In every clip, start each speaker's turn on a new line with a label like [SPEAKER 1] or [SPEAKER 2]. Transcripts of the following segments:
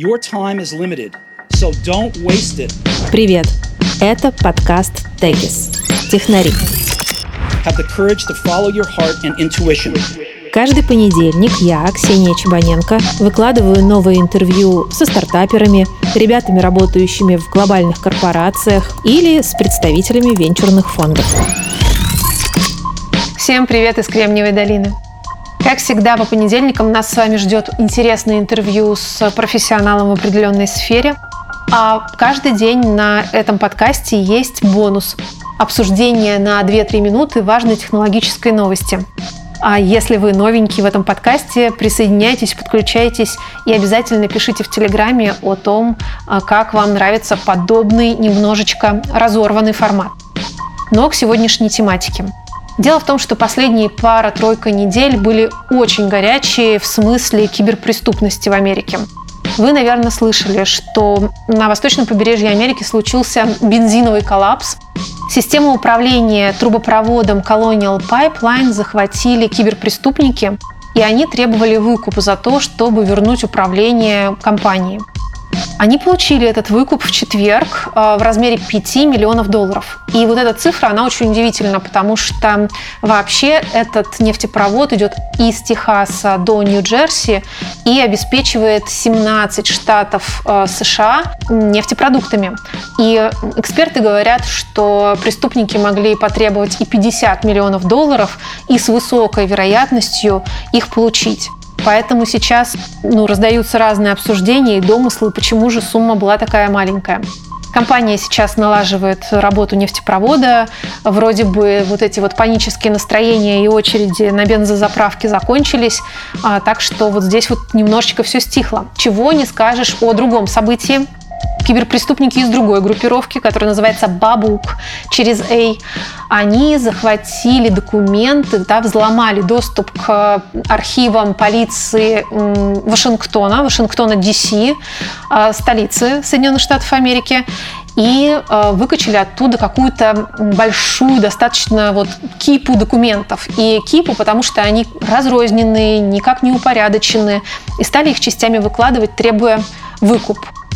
[SPEAKER 1] Your time is limited, so don't waste it.
[SPEAKER 2] Привет! Это подкаст Techis. Технари.
[SPEAKER 1] Have the courage to follow your heart and intuition.
[SPEAKER 2] Каждый понедельник я, Ксения Чебаненко, выкладываю новые интервью со стартаперами, ребятами, работающими в глобальных корпорациях или с представителями венчурных фондов.
[SPEAKER 3] Всем привет из Кремниевой долины. Как всегда, по понедельникам нас с вами ждет интересное интервью с профессионалом в определенной сфере. А каждый день на этом подкасте есть бонус – обсуждение на 2-3 минуты важной технологической новости. А если вы новенький в этом подкасте, присоединяйтесь, подключайтесь и обязательно пишите в Телеграме о том, как вам нравится подобный немножечко разорванный формат. Но к сегодняшней тематике. Дело в том, что последние пара-тройка недель были очень горячие в смысле киберпреступности в Америке. Вы, наверное, слышали, что на восточном побережье Америки случился бензиновый коллапс. Систему управления трубопроводом Colonial Pipeline захватили киберпреступники, и они требовали выкуп за то, чтобы вернуть управление компанией. Они получили этот выкуп в четверг в размере $5 миллионов. И вот эта цифра, она очень удивительна, потому что вообще этот нефтепровод идет из Техаса до Нью-Джерси и обеспечивает 17 штатов США нефтепродуктами. И эксперты говорят, что преступники могли потребовать и $50 миллионов, и с высокой вероятностью их получить. Поэтому сейчас раздаются разные обсуждения и домыслы, почему же сумма была такая маленькая. Компания сейчас налаживает работу нефтепровода. Вроде бы вот эти вот панические настроения и очереди на бензозаправке закончились. Так что вот здесь вот немножечко все стихло. Чего не скажешь о другом событии. Киберпреступники из другой группировки, которая называется Babuk, через A, они захватили документы, взломали доступ к архивам полиции Вашингтона, DC, столицы Соединенных Штатов Америки, и выкачали оттуда какую-то большую, достаточно кипу документов. И кипу, потому что они разрозненные, никак не упорядочены, и стали их частями выкладывать, требуя выкуп.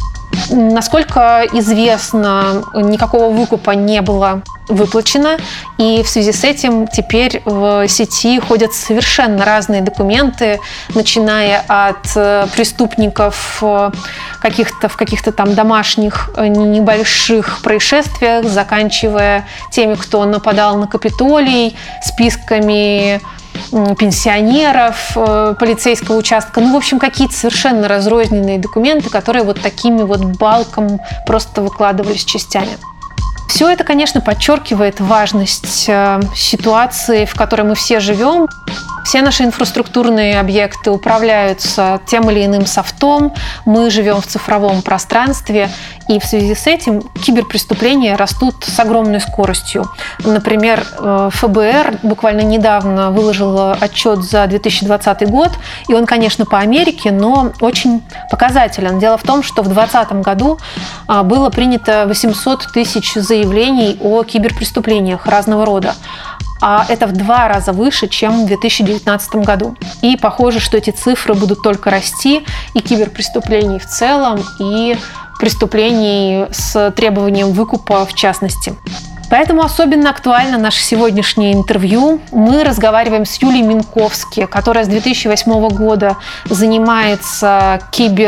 [SPEAKER 3] Насколько известно, никакого выкупа не было выплачено, и в связи с этим теперь в сети ходят совершенно разные документы, начиная от преступников в каких-то там домашних небольших происшествиях, заканчивая теми, кто нападал на Капитолий, списками пенсионеров, полицейского участка. В общем, какие-то совершенно разрозненные документы, которые такими балком просто выкладывались частями. Все это, конечно, подчеркивает важность ситуации, в которой мы все живем. Все наши инфраструктурные объекты управляются тем или иным софтом, мы живем в цифровом пространстве, и в связи с этим киберпреступления растут с огромной скоростью. Например, ФБР буквально недавно выложил отчет за 2020 год, и он, конечно, по Америке, но очень показателен. Дело в том, что в 2020 году было принято 800 тысяч заявлений о киберпреступлениях разного рода. А это в 2 раза выше, чем в 2019 году. И похоже, что эти цифры будут только расти, и киберпреступлений в целом, и преступлений с требованием выкупа в частности. Поэтому особенно актуально наше сегодняшнее интервью. Мы разговариваем с Юлией Минковски, которая с 2008 года занимается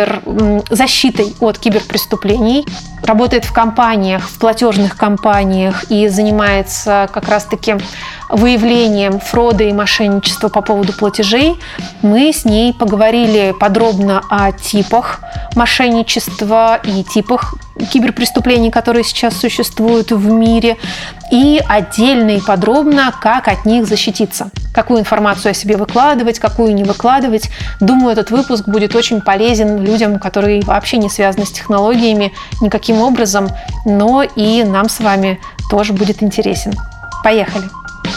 [SPEAKER 3] защитой от киберпреступлений, работает в компаниях, в платежных компаниях и занимается как раз-таки выявлением фрода и мошенничества по поводу платежей. Мы с ней поговорили подробно о типах мошенничества и типах киберпреступлений, которые сейчас существуют в мире, и отдельно и подробно, как от них защититься. Какую информацию о себе выкладывать, какую не выкладывать. Думаю, этот выпуск будет очень полезен людям, которые вообще не связаны с технологиями никаким образом, но и нам с вами тоже будет интересен. Поехали!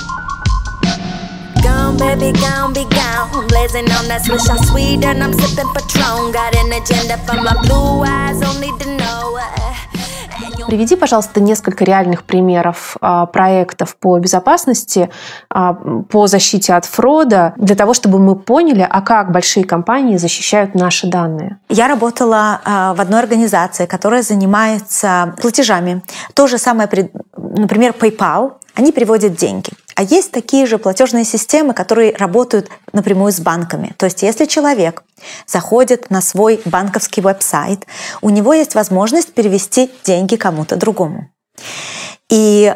[SPEAKER 4] Baby, gone, be gone. Blazing on that switch, I'm sweet and I'm sipping Patron. Got an agenda for my blue eyes, don't need to know.
[SPEAKER 3] приведи, пожалуйста, несколько реальных примеров проектов по безопасности, по защите от фрода, для того, чтобы мы поняли, как большие компании защищают наши данные.
[SPEAKER 5] Я работала в одной организации, которая занимается платежами. То же самое, например, PayPal, они переводят деньги. А есть такие же платежные системы, которые работают напрямую с банками. То есть если человек заходит на свой банковский веб-сайт, у него есть возможность перевести деньги кому-то другому. И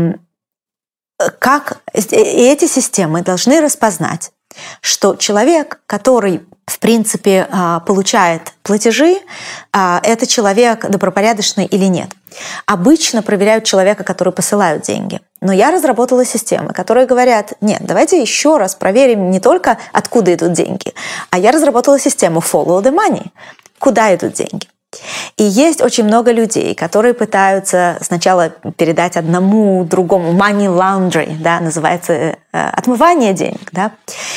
[SPEAKER 5] эти системы должны распознать, что человек, который в принципе получает платежи, это человек добропорядочный или нет. Обычно проверяют человека, который посылают деньги. Но я разработала системы, которые говорят: нет, давайте еще раз проверим не только, откуда идут деньги, а я разработала систему follow the money, куда идут деньги. И есть очень много людей, которые пытаются сначала передать одному, другому, money laundry, да, называется отмывание денег, да.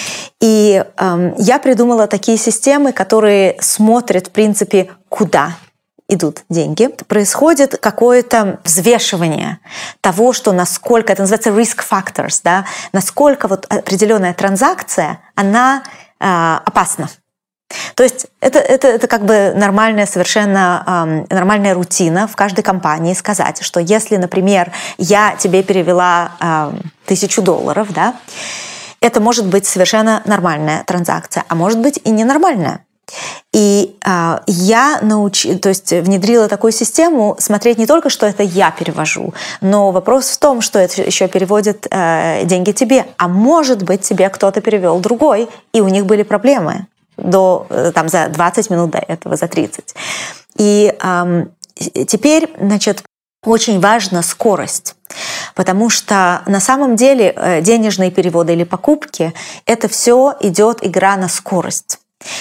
[SPEAKER 5] И я придумала такие системы, которые смотрят, в принципе, куда идут деньги. Происходит какое-то взвешивание того, что насколько, это называется risk factors, да, насколько вот определенная транзакция, она опасна. То есть это как бы нормальная, совершенно нормальная рутина в каждой компании сказать, что если, например, я тебе перевела $1000, да, это может быть совершенно нормальная транзакция, а может быть и ненормальная. И я внедрила такую систему смотреть не только, что это я перевожу, но вопрос в том, что это еще переводит деньги тебе. А может быть, тебе кто-то перевел другой, и у них были проблемы за 20 минут до этого, за 30. И теперь, очень важна скорость. Потому что на самом деле денежные переводы или покупки – это все идет игра на скорость.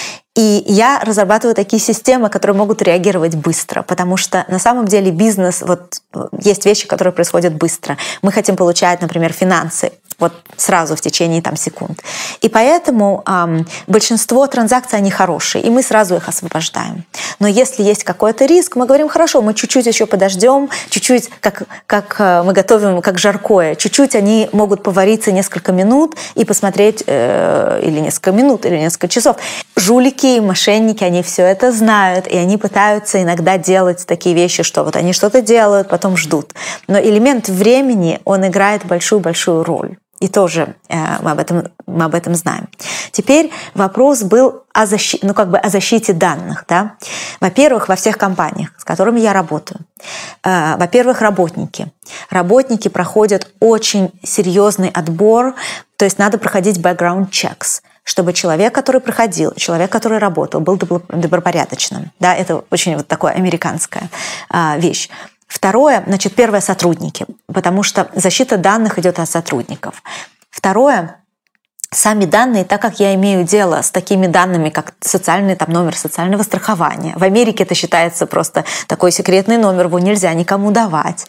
[SPEAKER 5] И я разрабатываю такие системы, которые могут реагировать быстро, потому что на самом деле бизнес, есть вещи, которые происходят быстро. Мы хотим получать, например, финансы сразу в течение секунд. И поэтому большинство транзакций, они хорошие, и мы сразу их освобождаем. Но если есть какой-то риск, мы говорим: хорошо, мы чуть-чуть еще подождем, чуть-чуть, как мы готовим, как жаркое, чуть-чуть они могут повариться несколько минут и посмотреть, или несколько минут, или несколько часов. Жулики и мошенники, они все это знают, и они пытаются иногда делать такие вещи, что они что-то делают, потом ждут. Но элемент времени, он играет большую-большую роль. И тоже мы об этом знаем. Теперь вопрос был о защите данных. Да? Во-первых, во всех компаниях, с которыми я работаю, во-первых, работники. Работники проходят очень серьезный отбор, то есть надо проходить background checks, чтобы человек, который проходил, человек, который работал, был добропорядочным. Да? Это очень такая американская вещь. Второе, первое – сотрудники, потому что защита данных идет от сотрудников. Второе – сами данные, так как я имею дело с такими данными, как социальный номер социального страхования. В Америке это считается просто такой секретный номер, его нельзя никому давать.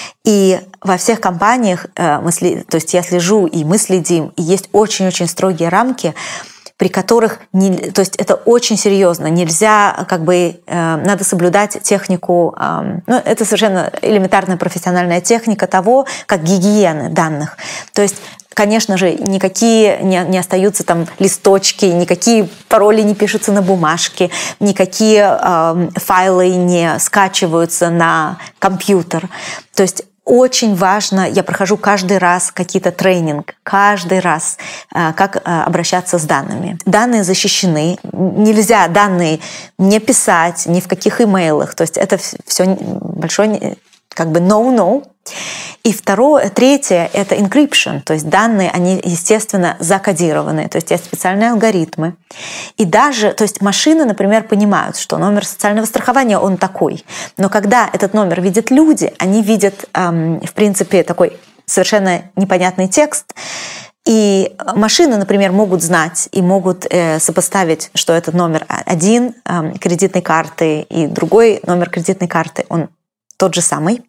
[SPEAKER 5] И во всех компаниях, то есть я слежу, и мы следим, и есть очень-очень строгие рамки, при которых, то есть это очень серьезно, нельзя, надо соблюдать технику, это совершенно элементарная профессиональная техника того, как гигиены данных. То есть, конечно же, никакие не остаются листочки, никакие пароли не пишутся на бумажке, никакие файлы не скачиваются на компьютер. То есть очень важно, я прохожу каждый раз какие-то тренинг, каждый раз, как обращаться с данными. Данные защищены, нельзя данные не писать ни в каких имейлах, то есть это все большой no-no. И третье – это encryption, то есть данные, они, естественно, закодированы, то есть есть специальные алгоритмы. И даже, то есть машины, например, понимают, что номер социального страхования, он такой. Но когда этот номер видят люди, они видят, в принципе, такой совершенно непонятный текст, и машины, например, могут знать и могут сопоставить, что этот номер один кредитной карты и другой номер кредитной карты, он тот же самый.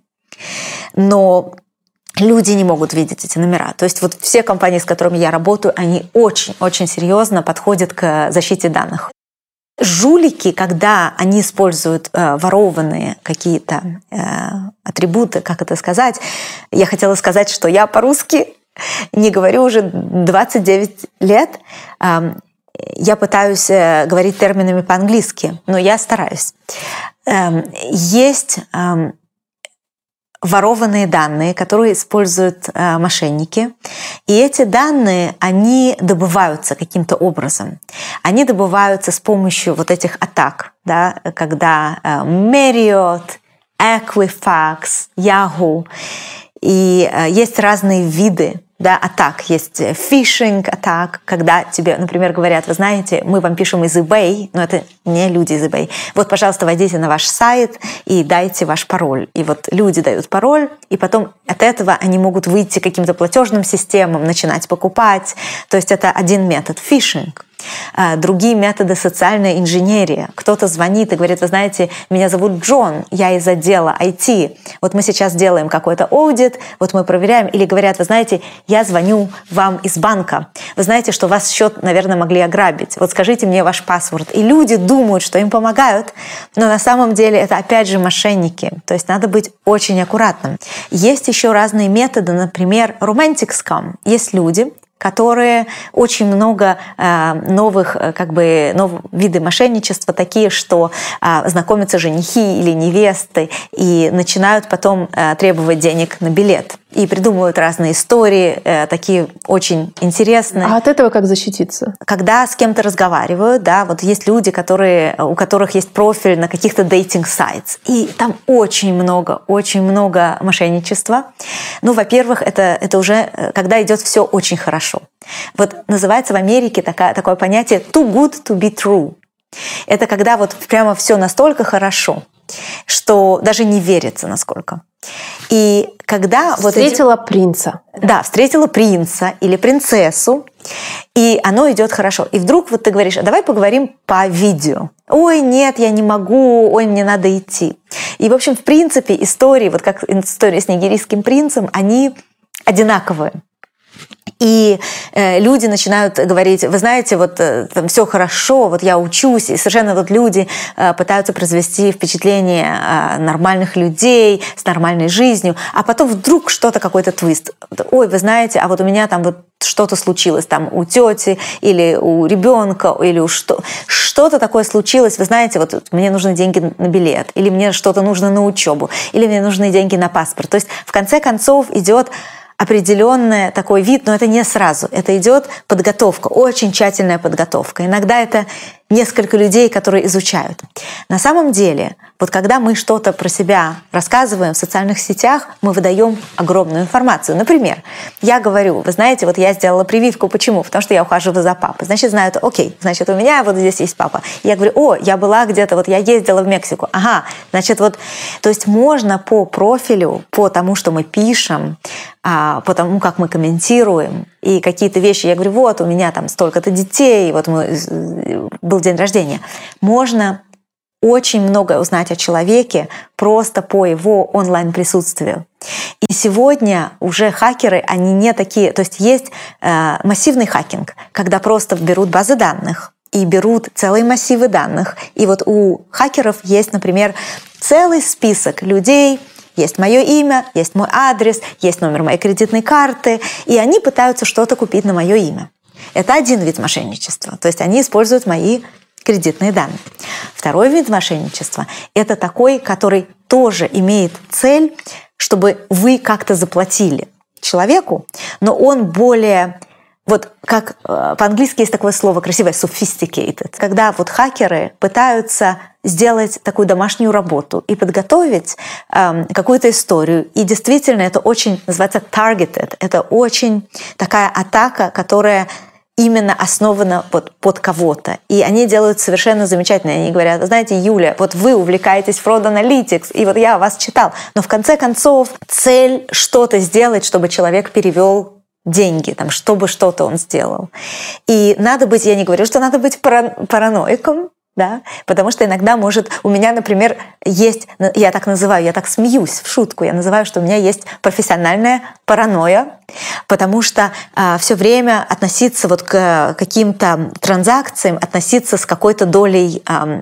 [SPEAKER 5] Но люди не могут видеть эти номера. То есть все компании, с которыми я работаю, они очень-очень серьезно подходят к защите данных. Жулики, когда они используют ворованные какие-то атрибуты, как это сказать. Я хотела сказать, что я по-русски не говорю уже 29 лет. Я пытаюсь говорить терминами по-английски, но я стараюсь. Есть ворованные данные, которые используют мошенники. И эти данные, они добываются каким-то образом. Они добываются с помощью вот этих атак, да, когда Marriott, Equifax, Yahoo. И есть разные виды, да, атак. Есть фишинг-атак, когда тебе, например, говорят, вы знаете, мы вам пишем из eBay, но это не люди из eBay. Вот, пожалуйста, войдите на ваш сайт и дайте ваш пароль. И вот люди дают пароль, и потом от этого они могут выйти к каким-то платежным системам, начинать покупать. То есть это один метод – фишинг. Другие методы – социальная инженерия. Кто-то звонит и говорит, вы знаете, меня зовут Джон, я из отдела IT. Вот мы сейчас делаем какой-то аудит, вот мы проверяем. Или говорят, вы знаете, я звоню вам из банка. Вы знаете, что ваш счет, наверное, могли ограбить. Вот скажите мне ваш паспорт. И люди думают, что им помогают, но на самом деле это опять же мошенники. То есть надо быть очень аккуратным. Есть еще разные методы, например, romantic scam. Есть люди, которые очень много новых видов мошенничества, такие, что знакомятся женихи или невесты и начинают потом требовать денег на билет. И придумывают разные истории, такие очень интересные.
[SPEAKER 3] А от этого как защититься?
[SPEAKER 5] Когда с кем-то разговаривают, да, вот есть люди, у которых есть профиль на каких-то дейтинг-сайтах, и там очень много мошенничества. Ну, во-первых, это уже, когда идет все очень хорошо. Вот называется в Америке такое понятие too good to be true. Это когда вот прямо все настолько хорошо, что даже не верится насколько. И когда
[SPEAKER 3] встретила принца.
[SPEAKER 5] Да, встретила принца или принцессу, и оно идет хорошо. И вдруг вот ты говоришь, а давай поговорим по видео. Ой, нет, я не могу, ой, мне надо идти. И, в общем, в принципе, истории, вот как история с нигерийским принцем, они одинаковые. И люди начинают говорить, вы знаете, вот там все хорошо, вот я учусь, и совершенно вот люди пытаются произвести впечатление нормальных людей с нормальной жизнью, а потом вдруг что-то, какой-то твист. Ой, вы знаете, а вот у меня там вот что-то случилось там у тети или у ребенка, или что-то такое случилось, вы знаете, вот мне нужны деньги на билет, или мне что-то нужно на учебу, или мне нужны деньги на паспорт. То есть в конце концов идет определенный такой вид, но это не сразу. Это идет подготовка, очень тщательная подготовка. Иногда это несколько людей, которые изучают. На самом деле, вот когда мы что-то про себя рассказываем в социальных сетях, мы выдаем огромную информацию. Например, я говорю, вы знаете, вот я сделала прививку. Почему? Потому что я ухаживаю за папой. Значит, знают, окей, значит, у меня вот здесь есть папа. Я говорю, о, я была где-то, вот я ездила в Мексику. Ага, значит, вот, то есть можно по профилю, по тому, что мы пишем, по тому, как мы комментируем, и какие-то вещи, я говорю, вот у меня там столько-то детей, вот был день рождения. Можно очень многое узнать о человеке просто по его онлайн-присутствию. И сегодня уже хакеры, они не такие, то есть есть массивный хакинг, когда просто берут базы данных и берут целые массивы данных. И вот у хакеров есть, например, целый список людей, есть мое имя, есть мой адрес, есть номер моей кредитной карты, и они пытаются что-то купить на мое имя. Это один вид мошенничества, то есть они используют мои кредитные данные. Второй вид мошенничества – это такой, который тоже имеет цель, чтобы вы как-то заплатили человеку, но он более... Вот как по-английски есть такое слово красивое sophisticated, когда вот хакеры пытаются сделать такую домашнюю работу и подготовить какую-то историю. И действительно это очень называется targeted. Это очень такая атака, которая именно основана вот под кого-то. И они делают совершенно замечательно. Они говорят, вы знаете, Юля, вот вы увлекаетесь Fraud Analytics, и вот я вас читал. Но в конце концов цель что-то сделать, чтобы человек перевел деньги, там, чтобы что-то он сделал. И надо быть, я не говорю, что надо быть параноиком, Да? Потому что иногда может... У меня, например, есть... Я так называю, я так смеюсь в шутку. Я называю, что у меня есть профессиональная паранойя, потому что все время относиться вот к каким-то транзакциям, относиться с какой-то долей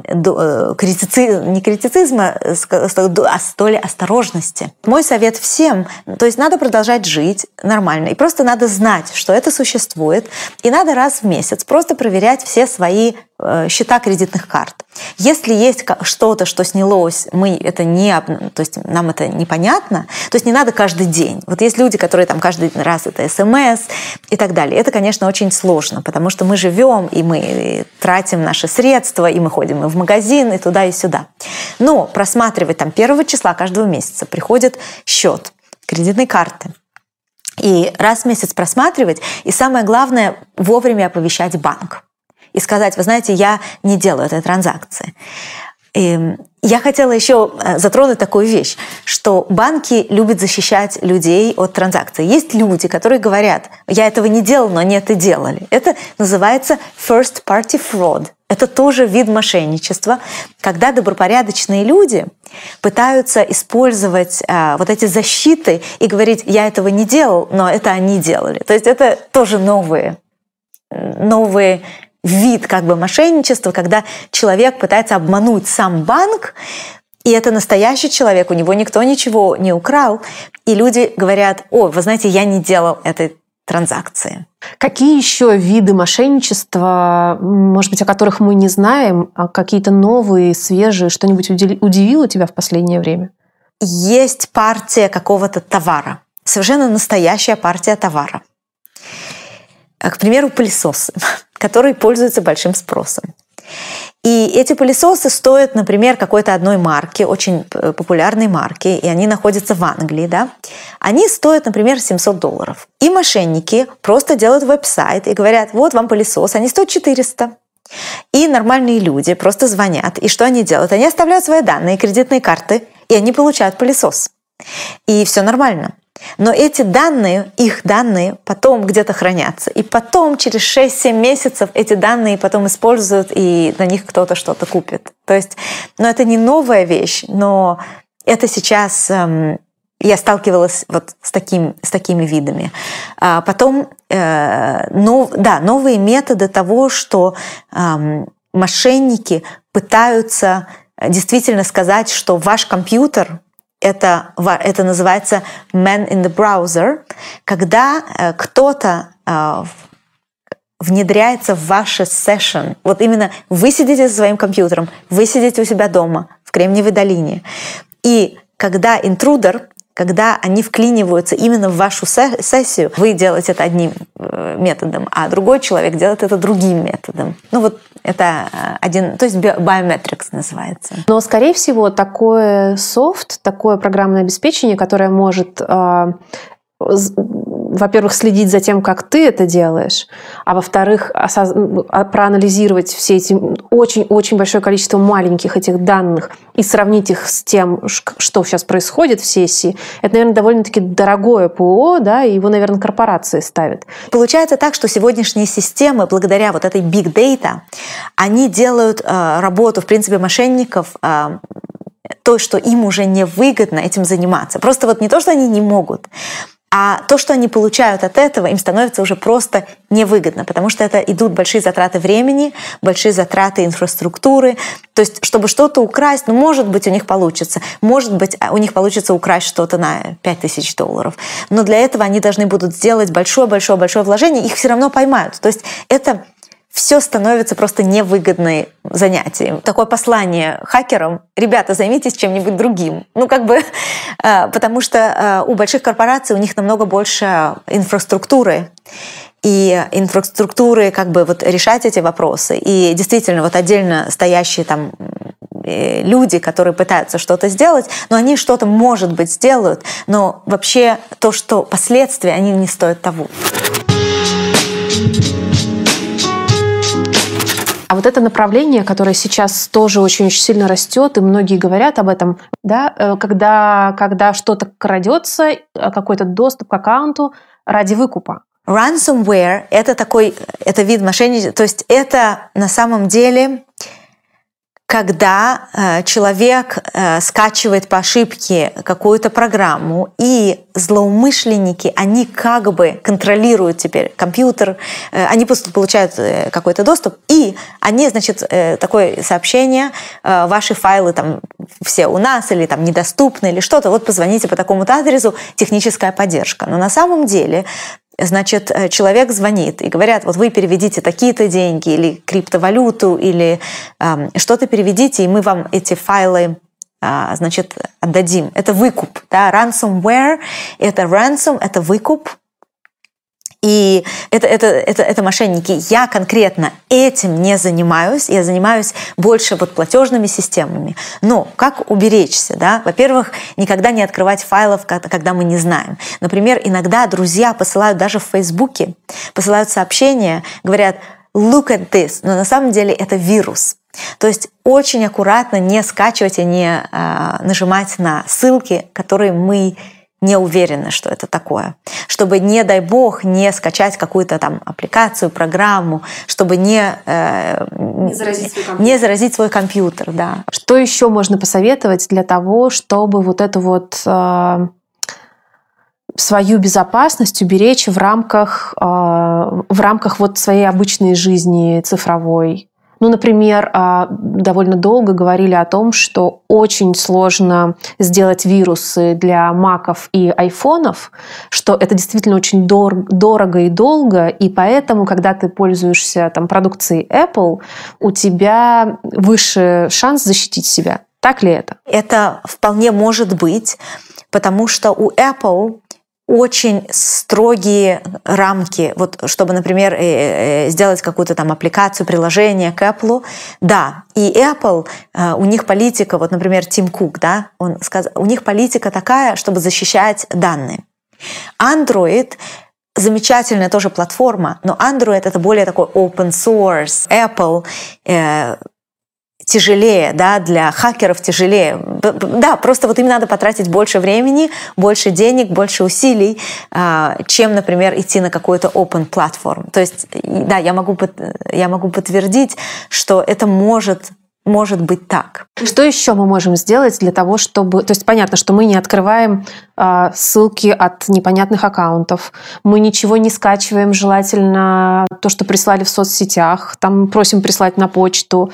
[SPEAKER 5] не критицизма, а с долей осторожности. Мой совет всем, то есть надо продолжать жить нормально, и просто надо знать, что это существует, и надо раз в месяц просто проверять все свои счета кредитных карт. Если есть что-то, что снялось, то есть нам это непонятно, то есть не надо каждый день. Вот есть люди, которые там каждый раз это СМС и так далее. Это, конечно, очень сложно, потому что мы живем, и мы тратим наши средства, и мы ходим и в магазин, и туда, и сюда. Но просматривать там 1 числа каждого месяца приходит счет кредитной карты. И раз в месяц просматривать, и самое главное, вовремя оповещать банк. И сказать, вы знаете, я не делаю этой транзакции. И я хотела еще затронуть такую вещь, что банки любят защищать людей от транзакций. Есть люди, которые говорят, я этого не делал, но они это делали. Это называется first party fraud. Это тоже вид мошенничества, когда добропорядочные люди пытаются использовать вот эти защиты и говорить, я этого не делал, но это они делали. То есть это тоже новый вид как бы мошенничества, когда человек пытается обмануть сам банк, и это настоящий человек, у него никто ничего не украл, и люди говорят, вы знаете, я не делал этой транзакции.
[SPEAKER 3] Какие еще виды мошенничества, может быть, о которых мы не знаем, а какие-то новые, свежие, что-нибудь удивило тебя в последнее время?
[SPEAKER 5] Есть партия какого-то товара, совершенно настоящая партия товара. К примеру, пылесосы, которые пользуются большим спросом. И эти пылесосы стоят, например, какой-то одной марки, очень популярной марки, и они находятся в Англии, да? Они стоят, например, $700. И мошенники просто делают веб-сайт и говорят, вот вам пылесос, они стоят 400. И нормальные люди просто звонят, и что они делают? Они оставляют свои данные, кредитные карты, и они получают пылесос. И все нормально. Но эти данные, их данные потом где-то хранятся. И потом, через 6-7 месяцев, эти данные потом используют, и на них кто-то что-то купит. То есть, это не новая вещь, но это сейчас... Я сталкивалась вот с такими видами. Потом, новые методы того, что мошенники пытаются действительно сказать, что ваш компьютер это называется man in the browser, когда кто-то внедряется в ваш session. Вот именно вы сидите за своим компьютером, вы сидите у себя дома в Кремниевой долине. И когда интрудер, когда они вклиниваются именно в вашу сессию, вы делаете это одним методом, а другой человек делает это другим методом. Это то есть biometrics называется.
[SPEAKER 3] Но, скорее всего, такое такое программное обеспечение, которое может, во-первых, следить за тем, как ты это делаешь, а во-вторых, проанализировать все эти очень-очень большое количество маленьких этих данных и сравнить их с тем, что сейчас происходит в сессии, это, наверное, довольно-таки дорогое ПО, да, и его, наверное, корпорации ставят.
[SPEAKER 5] Получается так, что сегодняшние системы, благодаря вот этой big data, они делают работу, в принципе, мошенников то, что им уже невыгодно этим заниматься. Просто не то, что они не могут, а то, что они получают от этого, им становится уже просто невыгодно, потому что это идут большие затраты времени, большие затраты инфраструктуры. То есть, чтобы что-то украсть, может быть, у них получится. Может быть, у них получится украсть что-то на $5000. Но для этого они должны будут сделать большое-большое-большое вложение, их все равно поймают. То есть это все становится просто невыгодным занятием. Такое послание хакерам: ребята, займитесь чем-нибудь другим. Потому что у больших корпораций у них намного больше инфраструктуры. И инфраструктуры решать эти вопросы. И действительно, отдельно стоящие там люди, которые пытаются что-то сделать, но они что-то, может быть, сделают, но вообще то, что последствия, они не стоят того.
[SPEAKER 3] А вот это направление, которое сейчас тоже очень-очень сильно растет, и многие говорят об этом, да, когда что-то крадется, какой-то доступ к аккаунту ради выкупа.
[SPEAKER 5] Ransomware — это вид мошенничества, то есть это на самом деле когда человек скачивает по ошибке какую-то программу, и злоумышленники, они как бы контролируют теперь компьютер, они просто получают какой-то доступ, и они, значит, такое сообщение, ваши файлы там все у нас, или там недоступны, или что-то, вот позвоните по такому-то адресу, техническая поддержка. Но на самом деле, значит, человек звонит и говорят, вот вы переведите такие-то деньги или криптовалюту, или что-то переведите, и мы вам эти файлы, значит, отдадим. Это выкуп. Да? Ransomware – это ransom, это выкуп. И это мошенники. Я конкретно этим не занимаюсь. Я занимаюсь больше вот платежными системами. Но как уберечься? Да? Во-первых, никогда не открывать файлов, когда мы не знаем. Например, иногда друзья посылают даже в Фейсбуке, посылают сообщения, говорят «look at this», но на самом деле это вирус. То есть очень аккуратно не скачивать и не нажимать на ссылки, которые мы не уверены, что это такое. Чтобы, не дай бог, не скачать какую-то там аппликацию, программу, чтобы не заразить свой компьютер. Да.
[SPEAKER 3] Что еще можно посоветовать для того, чтобы вот эту вот свою безопасность уберечь в рамках вот своей обычной жизни цифровой? Ну, например, довольно долго говорили о том, что очень сложно сделать вирусы для маков и айфонов, что это действительно очень дорого и долго, и поэтому, когда ты пользуешься там продукцией Apple, у тебя выше шанс защитить себя. Так ли это?
[SPEAKER 5] Это вполне может быть, потому что у Apple очень строгие рамки, вот, чтобы, например, сделать какую-то там аппликацию, приложение к Apple. Да, и Apple, у них политика, вот, например, Тим Кук, да, он сказал, у них политика такая, чтобы защищать данные. Android замечательная тоже платформа, но Android это более такой open source. Apple тяжелее, да, для хакеров тяжелее. Да, просто вот им надо потратить больше времени, больше денег, больше усилий, чем, например, идти на какой-то open platform. То есть, да, я могу подтвердить, что это может быть так.
[SPEAKER 3] Что еще мы можем сделать для того, чтобы... То есть понятно, что мы не открываем ссылки от непонятных аккаунтов, мы ничего не скачиваем, желательно то, что прислали в соцсетях, там просим прислать на почту.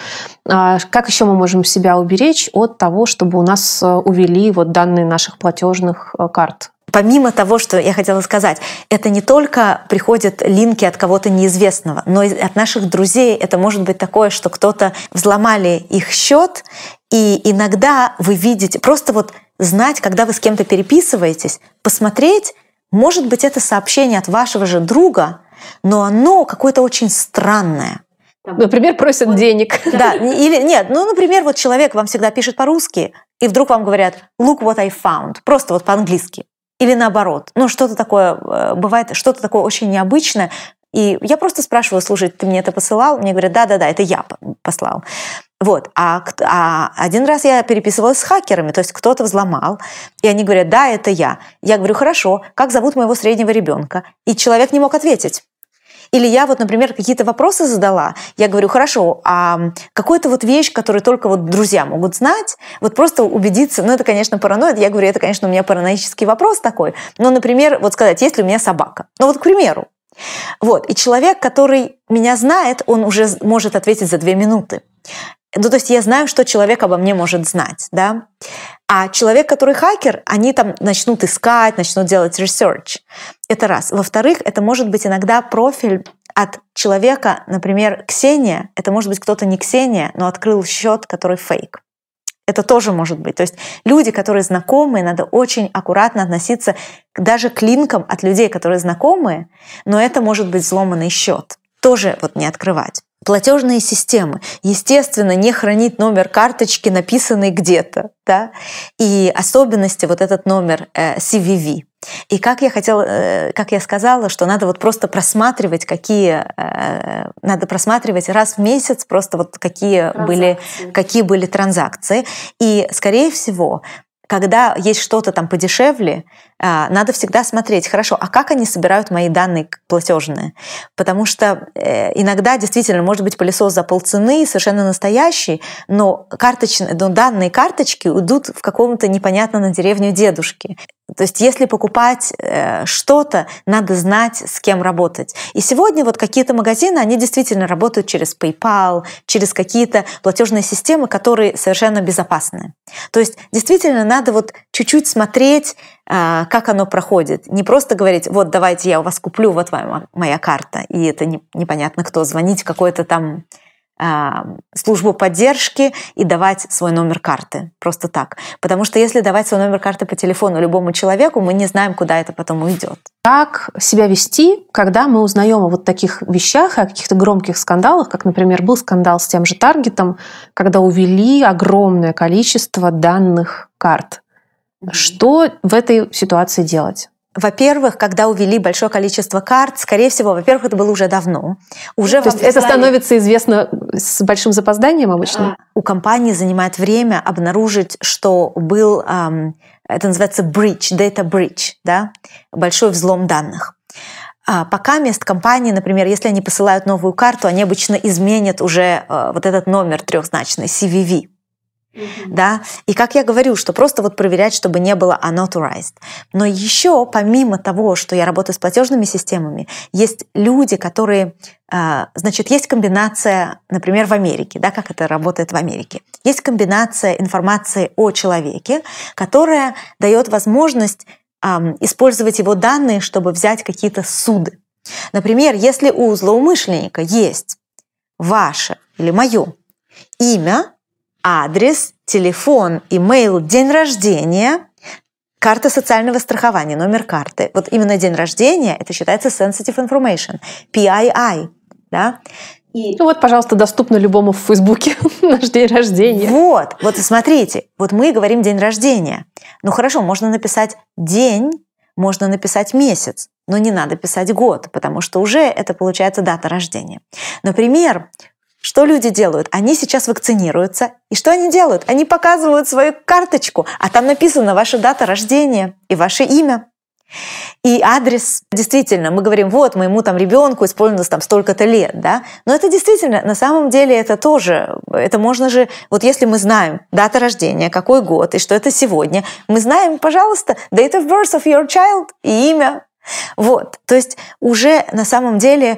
[SPEAKER 3] Как еще мы можем себя уберечь от того, чтобы у нас увели вот данные наших платежных карт?
[SPEAKER 5] Помимо того, что я хотела сказать, это не только приходят линки от кого-то неизвестного, но и от наших друзей. Это может быть такое, что кто-то взломали их счет, и иногда вы видите, просто вот знать, когда вы с кем-то переписываетесь, посмотреть, может быть, это сообщение от вашего же друга, но оно какое-то очень странное.
[SPEAKER 3] Например, просят денег.
[SPEAKER 5] Да, или нет, ну, например, вот человек вам всегда пишет по-русски, и вдруг вам говорят «look what I found», просто вот по-английски. Или наоборот, ну что-то такое, бывает что-то такое очень необычное, и я просто спрашиваю, слушай, ты мне это посылал? Мне говорят, да, это я послал. Вот. А один раз я переписывалась с хакерами, то есть кто-то взломал, и они говорят, да, это я. Я говорю, хорошо, как зовут моего среднего ребенка? И человек не мог ответить. Или я вот, например, какие-то вопросы задала, я говорю, хорошо, а какую-то вот вещь, которую только вот друзья могут знать, вот просто убедиться, ну это, конечно, паранойя, я говорю, это, конечно, у меня параноический вопрос такой, но, например, вот сказать, есть ли у меня собака? Ну вот, к примеру. Вот, и человек, который меня знает, он уже может ответить за 2 минуты. Ну, то есть я знаю, что человек обо мне может знать, да. А человек, который хакер, они там начнут искать, начнут делать research. Это раз. Во-вторых, это может быть иногда профиль от человека, например, Ксения. Это может быть кто-то не Ксения, но открыл счет, который фейк. Это тоже может быть. То есть люди, которые знакомые, надо очень аккуратно относиться даже к линкам от людей, которые знакомые, но это может быть взломанный счет. Тоже вот не открывать. Платежные системы. Естественно, не хранить номер карточки, написанный где-то, да? И особенности вот этот номер CVV. И как я сказала, что надо вот просто просматривать, надо просматривать раз в месяц просто вот какие были транзакции. И, скорее всего, когда есть что-то там подешевле, надо всегда смотреть, хорошо, а как они собирают мои данные платежные? Потому что иногда действительно может быть пылесос за полцены, совершенно настоящий, но данные карточки уйдут в каком-то непонятно на деревню дедушки. То есть если покупать что-то, надо знать, с кем работать. И сегодня вот какие-то магазины, они действительно работают через PayPal, через какие-то платежные системы, которые совершенно безопасны. То есть действительно надо вот чуть-чуть смотреть, как оно проходит. Не просто говорить, вот давайте я у вас куплю, вот моя карта, и это непонятно кто, звонить в какой-то там службу поддержки и давать свой номер карты. Просто так. Потому что если давать свой номер карты по телефону любому человеку, мы не знаем, куда это потом уйдет.
[SPEAKER 3] Как себя вести, когда мы узнаем о вот таких вещах, о каких-то громких скандалах, как, например, был скандал с тем же Таргетом, когда увели огромное количество данных карт. Что в этой ситуации делать?
[SPEAKER 5] Во-первых, когда увели большое количество карт, скорее всего, во-первых, это было уже давно.
[SPEAKER 3] То есть это становится известно с большим запозданием обычно?
[SPEAKER 5] У компании занимает время обнаружить, что был, это называется data breach, да? Большой взлом данных. Пока мест компании, например, если они посылают новую карту, они обычно изменят уже вот этот номер трехзначный, CVV. Да? И как я говорю, что просто вот проверять, чтобы не было unauthorized. Но еще, помимо того, что я работаю с платежными системами, есть люди, которые... Значит, есть комбинация, например, в Америке, да, как это работает в Америке. Есть комбинация информации о человеке, которая дает возможность использовать его данные, чтобы взять какие-то суды. Например, если у злоумышленника есть ваше или мое имя, адрес, телефон, имейл, день рождения, карта социального страхования, номер карты. Вот именно день рождения, это считается sensitive information, PII. Да?
[SPEAKER 3] И... Ну вот, пожалуйста, доступно любому в Фейсбуке наш день рождения.
[SPEAKER 5] Вот смотрите, вот мы говорим день рождения. Ну хорошо, можно написать день, можно написать месяц, но не надо писать год, потому что уже это получается дата рождения. Например, что люди делают? Они сейчас вакцинируются. И что они делают? Они показывают свою карточку, а там написана ваша дата рождения и ваше имя. И адрес. Действительно, мы говорим, вот, моему там ребенку исполнилось там столько-то лет, да? Но это действительно, на самом деле, это тоже, это можно же, вот если мы знаем дата рождения, какой год и что это сегодня, мы знаем, пожалуйста, date of birth of your child и имя. Вот, то есть уже на самом деле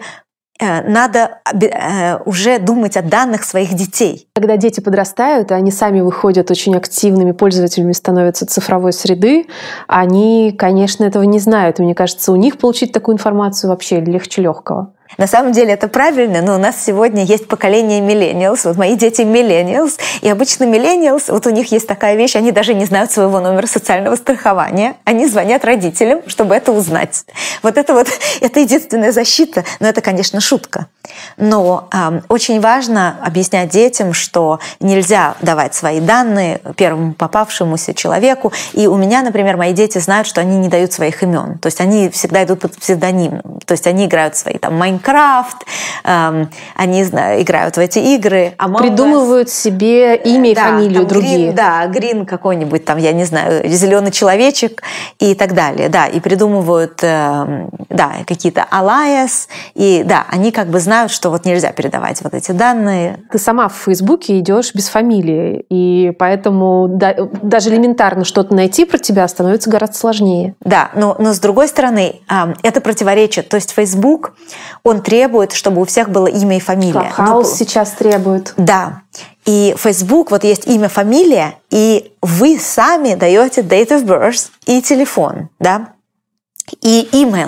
[SPEAKER 5] надо уже думать о данных своих детей.
[SPEAKER 3] Когда дети подрастают, и они сами выходят очень активными пользователями, становятся цифровой среды, они, конечно, этого не знают. И мне кажется, у них получить такую информацию вообще легче легкого.
[SPEAKER 5] На самом деле это правильно, но у нас сегодня есть поколение millennials. Вот мои дети millennials, и обычно millennials, вот у них есть такая вещь, они даже не знают своего номера социального страхования. Они звонят родителям, чтобы это узнать. Вот это единственная защита, но это, конечно, шутка. Но очень важно объяснять детям, что нельзя давать свои данные первому попавшемуся человеку. И у меня, например, мои дети знают, что они не дают своих имен. То есть они всегда идут под псевдонимом. То есть они играют свои там Майнкрафт, они играют в эти игры.
[SPEAKER 3] Придумывают себе имя и фамилию другие.
[SPEAKER 5] Грин какой-нибудь там, я не знаю, зеленый человечек и так далее. Да, и придумывают какие-то alias. И да, они как бы знают, что вот нельзя передавать вот эти данные.
[SPEAKER 3] Ты сама в Фейсбуке идешь без фамилии, и поэтому даже элементарно что-то найти про тебя становится гораздо сложнее.
[SPEAKER 5] Да, но с другой стороны, это противоречит. То есть Facebook, он требует, чтобы у всех было имя и фамилия.
[SPEAKER 3] Clubhouse сейчас требует.
[SPEAKER 5] Да. И Facebook, вот есть имя, фамилия, и вы сами даете date of birth и телефон, да, и email.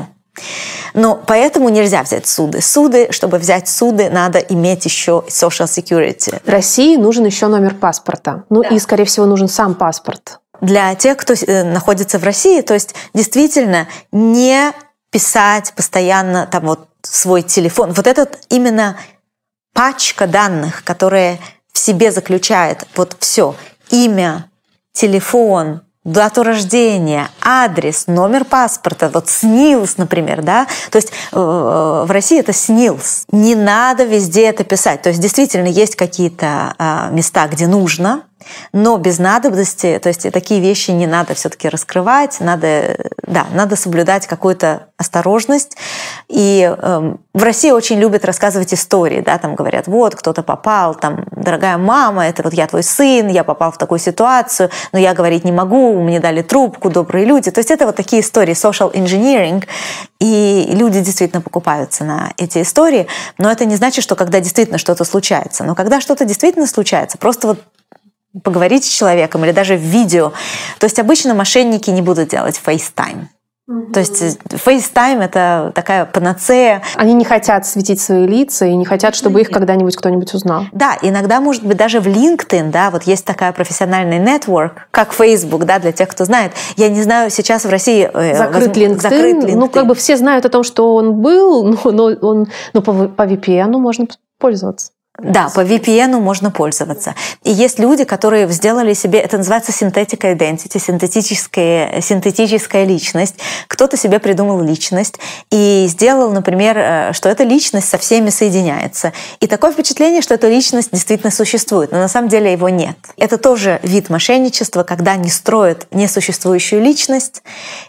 [SPEAKER 5] Но поэтому нельзя взять суды. Чтобы взять суды, надо иметь еще Social Security.
[SPEAKER 3] В России нужен еще номер паспорта. И, скорее всего, нужен сам паспорт.
[SPEAKER 5] Для тех, кто находится в России, то есть действительно не писать постоянно там вот свой телефон. Вот этот именно пачка данных, которая в себе заключает вот все. Имя, телефон, дату рождения, адрес, номер паспорта, вот СНИЛС, например, да, то есть в России это СНИЛС. Не надо везде это писать. То есть действительно есть какие-то места, где нужно, но без надобности, то есть такие вещи не надо все-таки раскрывать, надо соблюдать какую-то осторожность. И в России очень любят рассказывать истории, да, там говорят, вот кто-то попал, там, дорогая мама, это вот я твой сын, я попал в такую ситуацию, но я говорить не могу, мне дали трубку, добрые люди. То есть это вот такие истории, social engineering, и люди действительно покупаются на эти истории, но это не значит, что когда действительно что-то случается. Но когда что-то действительно случается, просто вот поговорить с человеком или даже в видео. То есть обычно мошенники не будут делать FaceTime. То есть FaceTime — это такая панацея.
[SPEAKER 3] Они не хотят светить свои лица и не хотят, чтобы их когда-нибудь кто-нибудь узнал.
[SPEAKER 5] Да, иногда, может быть, даже в LinkedIn, да, вот есть такая профессиональный network, как Facebook, да, для тех, кто знает. Я не знаю, сейчас в России
[SPEAKER 3] закрыт LinkedIn. Ну, как бы все знают о том, что он был, но по VPN можно пользоваться.
[SPEAKER 5] Да, по VPN можно пользоваться. И есть люди, которые сделали себе, это называется synthetic identity, синтетическая личность. Кто-то себе придумал личность и сделал, например, что эта личность со всеми соединяется. И такое впечатление, что эта личность действительно существует, но на самом деле его нет. Это тоже вид мошенничества, когда они строят несуществующую личность,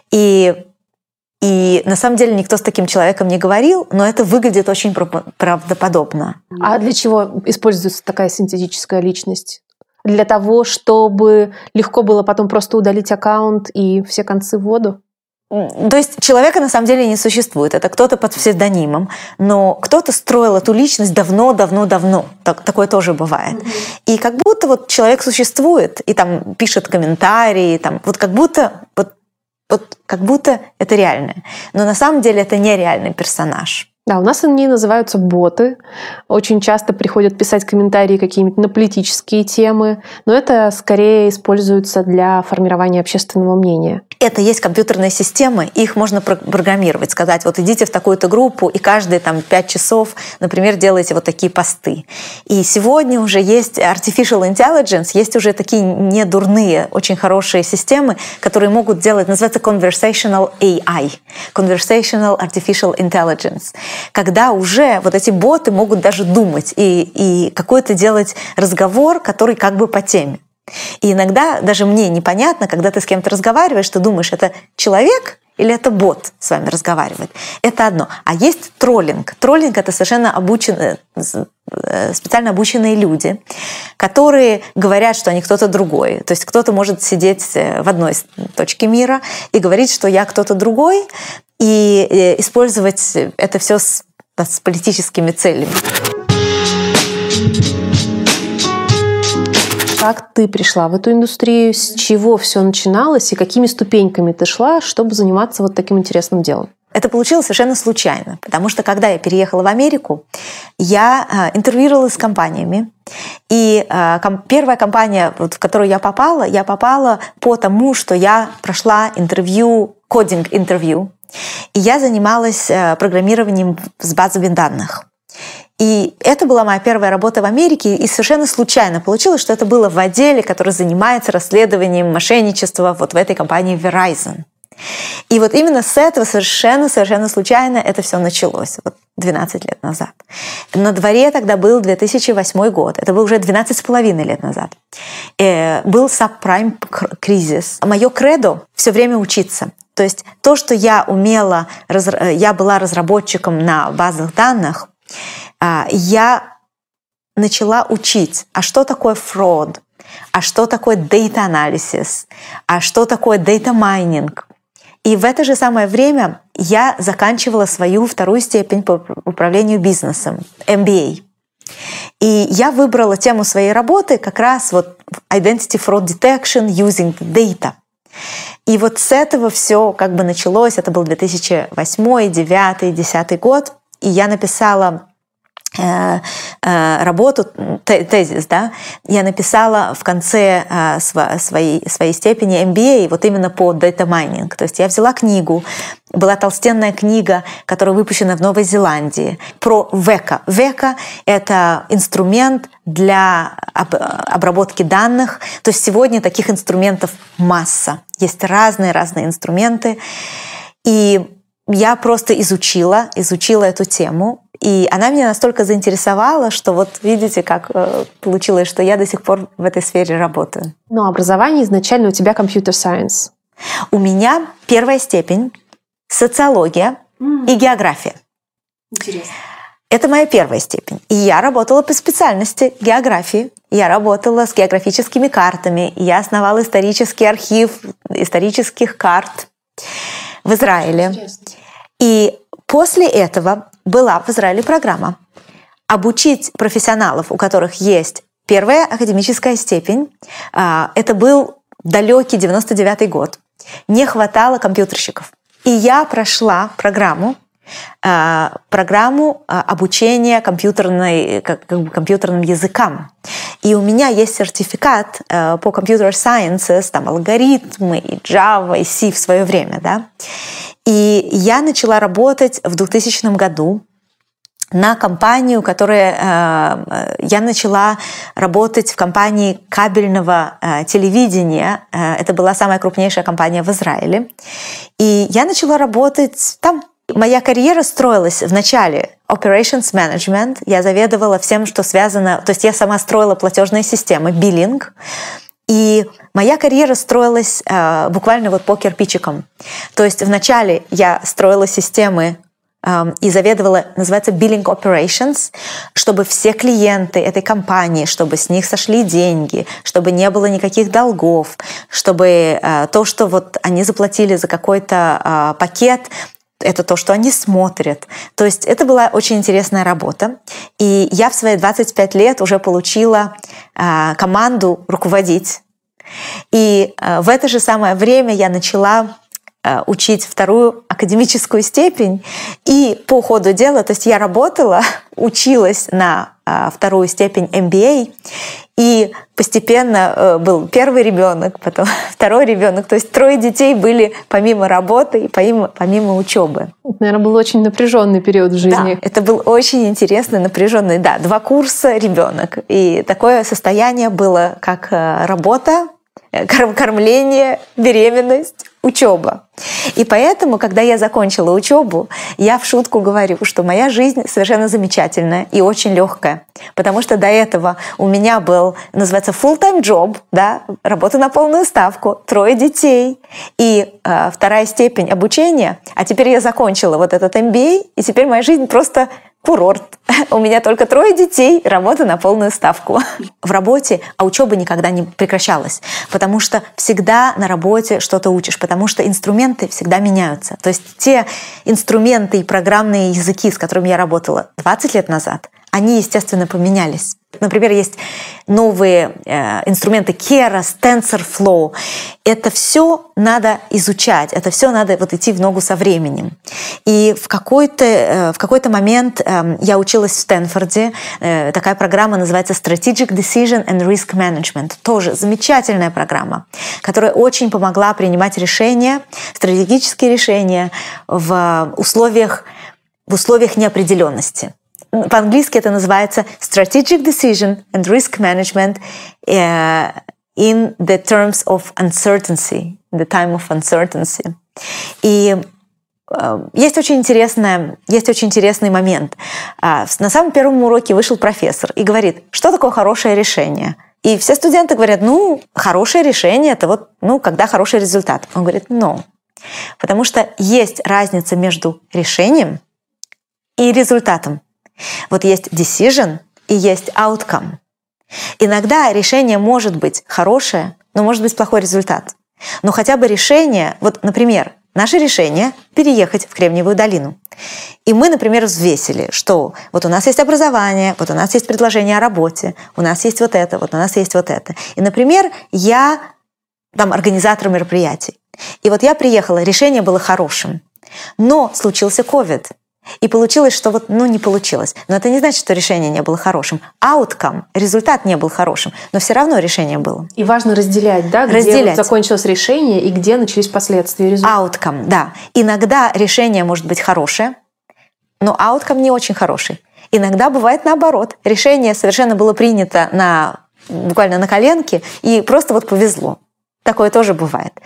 [SPEAKER 5] и на самом деле никто с таким человеком не говорил, но это выглядит очень правдоподобно.
[SPEAKER 3] А для чего используется такая синтетическая личность? Для того, чтобы легко было потом просто удалить аккаунт и все концы в воду?
[SPEAKER 5] То есть человека на самом деле не существует. Это кто-то под псевдонимом, но кто-то строил эту личность давно. Такое тоже бывает. И как будто вот человек существует, и там пишет комментарии, там, вот как будто это реальное. Но на самом деле это нереальный персонаж.
[SPEAKER 3] Да, у нас они называются боты. Очень часто приходят писать комментарии какие-нибудь на политические темы, но это скорее используется для формирования общественного мнения.
[SPEAKER 5] Это есть компьютерные системы, их можно программировать, сказать, вот идите в такую-то группу, и каждые 5 часов, например, делайте вот такие посты. И сегодня уже есть artificial intelligence, есть уже такие недурные, очень хорошие системы, которые могут делать, называется conversational AI, conversational artificial intelligence, когда уже вот эти боты могут даже думать и какой-то делать разговор, который как бы по теме. И иногда даже мне непонятно, когда ты с кем-то разговариваешь, ты думаешь, это человек или это бот с вами разговаривает. Это одно. А есть троллинг. Троллинг — это совершенно специально обученные люди, которые говорят, что они кто-то другой. То есть кто-то может сидеть в одной точке мира и говорить, что я кто-то другой, и использовать это все с политическими целями.
[SPEAKER 3] Как ты пришла в эту индустрию, с чего все начиналось и какими ступеньками ты шла, чтобы заниматься вот таким интересным делом?
[SPEAKER 5] Это получилось совершенно случайно, потому что когда я переехала в Америку, я интервьюировалась с компаниями. И первая компания, в которую я попала по тому, что я прошла кодинг-интервью, и я занималась программированием с базами данных. И это была моя первая работа в Америке, и совершенно случайно получилось, что это было в отделе, который занимается расследованием мошенничества вот в этой компании Verizon. И вот именно с этого совершенно случайно это все началось, вот 12 лет назад. На дворе тогда был 2008 год, это был уже 12,5 лет назад. Был subprime кризис. Мое кредо — все время учиться. То есть то, что я умела, я была разработчиком на базах данных, я начала учить, а что такое fraud, а что такое data analysis, а что такое data mining. И в это же самое время я заканчивала свою вторую степень по управлению бизнесом, MBA. И я выбрала тему своей работы как раз вот Identity Fraud Detection Using Data. И вот с этого все как бы началось. Это был 2008, 2009, 2010 год. И я написала работу, тезис, да, я написала в конце своей степени MBA вот именно по data mining. То есть я взяла книгу, была толстенная книга, которая выпущена в Новой Зеландии, про Века. Века — это инструмент для обработки данных. То есть сегодня таких инструментов масса. Есть разные инструменты. И я просто изучила эту тему, и она меня настолько заинтересовала, что вот видите, как получилось, что я до сих пор в этой сфере работаю.
[SPEAKER 3] Но образование изначально у тебя computer science.
[SPEAKER 5] У меня первая степень социология и география.
[SPEAKER 3] Интересно.
[SPEAKER 5] Это моя первая степень. И я работала по специальности географии. Я работала с географическими картами. Я основала исторический архив исторических карт в Израиле.
[SPEAKER 3] Интересно.
[SPEAKER 5] И после этого была в Израиле программа обучить профессионалов, у которых есть первая академическая степень. Это был далекий 99-й год. Не хватало компьютерщиков. И я прошла программу обучения компьютерным языкам. И у меня есть сертификат по Computer Sciences, там алгоритмы, и Java, и C в свое время. Да? И я начала работать в 2000 году на компанию, я начала работать в компании кабельного телевидения. Это была самая крупнейшая компания в Израиле. И я начала работать там. Моя карьера строилась в начале Operations Management. Я заведовала всем, что связано... То есть я сама строила платежные системы, биллинг. И моя карьера строилась буквально вот по кирпичикам. То есть вначале я строила системы и заведовала, называется Billing Operations, чтобы все клиенты этой компании, чтобы с них сошли деньги, чтобы не было никаких долгов, чтобы то, что вот они заплатили за какой-то пакет, это то, что они смотрят. То есть это была очень интересная работа. И я в свои 25 лет уже получила команду руководить. И в это же самое время я начала учить вторую академическую степень. И по ходу дела, то есть я работала, училась на вторую степень MBA, и постепенно был первый ребенок, потом второй ребенок. То есть 3 детей были помимо работы и помимо учебы.
[SPEAKER 3] Это, наверное, был очень напряженный период в жизни.
[SPEAKER 5] Да, это был очень интересный, напряженный. Да, 2 курса ребенок. И такое состояние было, как работа, кормление, беременность, учеба. И поэтому, когда я закончила учебу, я в шутку говорю, что моя жизнь совершенно замечательная и очень легкая. Потому что до этого у меня был, называется, full-time job, да, работа на полную ставку, 3 детей и 2 степень обучения. А теперь я закончила вот этот MBA, и теперь моя жизнь просто курорт. У меня только 3 детей, работа на полную ставку. В работе, а учеба никогда не прекращалась, потому что всегда на работе что-то учишь, потому что инструменты всегда меняются. То есть те инструменты и программные языки, с которыми я работала 20 лет назад, они, естественно, поменялись. Например, есть новые инструменты Keras, TensorFlow. Это все надо изучать, это все надо вот идти в ногу со временем. И в какой-то момент я училась в Стэнфорде. Такая программа называется Strategic Decision and Risk Management. Тоже замечательная программа, которая очень помогла принимать решения, стратегические решения в условиях неопределенности. По-английски это называется Strategic Decision and Risk Management in the terms of uncertainty, the time of uncertainty. И есть очень интересный момент. На самом первом уроке вышел профессор и говорит, что такое хорошее решение? И все студенты говорят, хорошее решение – это вот, когда хороший результат. Он говорит, no. Потому что есть разница между решением и результатом. Вот есть decision и есть outcome. Иногда решение может быть хорошее, но может быть плохой результат. Но хотя бы решение, вот, например, наше решение переехать в Кремниевую долину. И мы, например, взвесили, что вот у нас есть образование, вот у нас есть предложение о работе, у нас есть вот это, вот у нас есть вот это. И, например, я там организатор мероприятий. И вот я приехала, решение было хорошим, но случился COVID. И получилось, что вот, не получилось. Но это не значит, что решение не было хорошим. Outcome, результат не был хорошим, но все равно решение было.
[SPEAKER 3] И важно разделять, да, где вот закончилось решение и где начались последствия результата.
[SPEAKER 5] Outcome, да. Иногда решение может быть хорошее, но outcome не очень хороший. Иногда бывает наоборот. Решение совершенно было принято буквально на коленке, и просто вот повезло. Такое тоже бывает.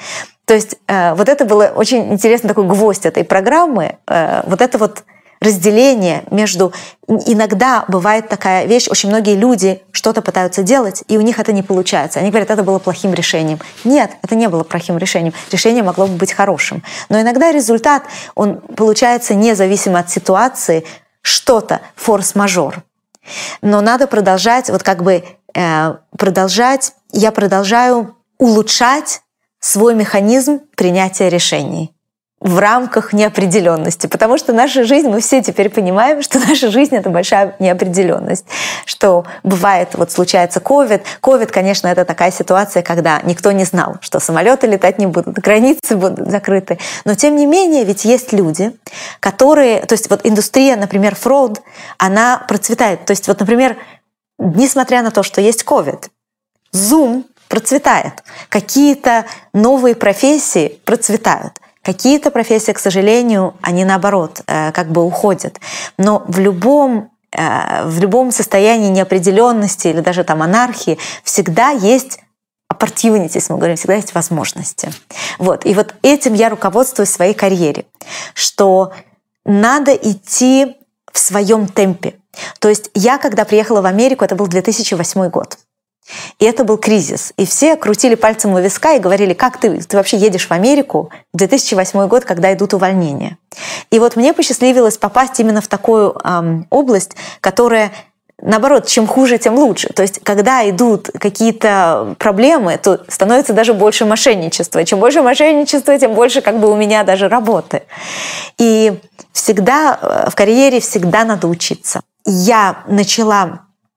[SPEAKER 5] То есть вот это было очень интересный такой гвоздь этой программы, вот это вот разделение между... Иногда бывает такая вещь, очень многие люди что-то пытаются делать, и у них это не получается. Они говорят, это было плохим решением. Нет, это не было плохим решением. Решение могло бы быть хорошим. Но иногда результат, он получается независимо от ситуации, что-то, форс-мажор. Но надо продолжать, вот как бы продолжать, я продолжаю улучшать свой механизм принятия решений в рамках неопределенности, потому что наша жизнь, мы все теперь понимаем, что наша жизнь — это большая неопределенность, что бывает, вот случается ковид. Ковид, конечно, это такая ситуация, когда никто не знал, что самолеты летать не будут, границы будут закрыты, но тем не менее ведь есть люди, которые, то есть вот индустрия, например, фрод, она процветает, то есть вот, например, несмотря на то, что есть ковид, Zoom процветает, какие-то новые профессии процветают. Какие-то профессии, к сожалению, они наоборот как бы уходят. Но в любом состоянии неопределенности или даже там анархии всегда есть opportunities, мы говорим, всегда есть возможности. Вот. И вот этим я руководствуюсь в своей карьере, что надо идти в своем темпе. То есть я, когда приехала в Америку, это был 2008 год. И это был кризис. И все крутили пальцем у виска и говорили, как ты вообще едешь в Америку в 2008 год, когда идут увольнения. И вот мне посчастливилось попасть именно в такую область, которая, наоборот, чем хуже, тем лучше. То есть, когда идут какие-то проблемы, то становится даже больше мошенничества. И чем больше мошенничества, тем больше как бы у меня даже работы. И всегда в карьере всегда надо учиться. Я начала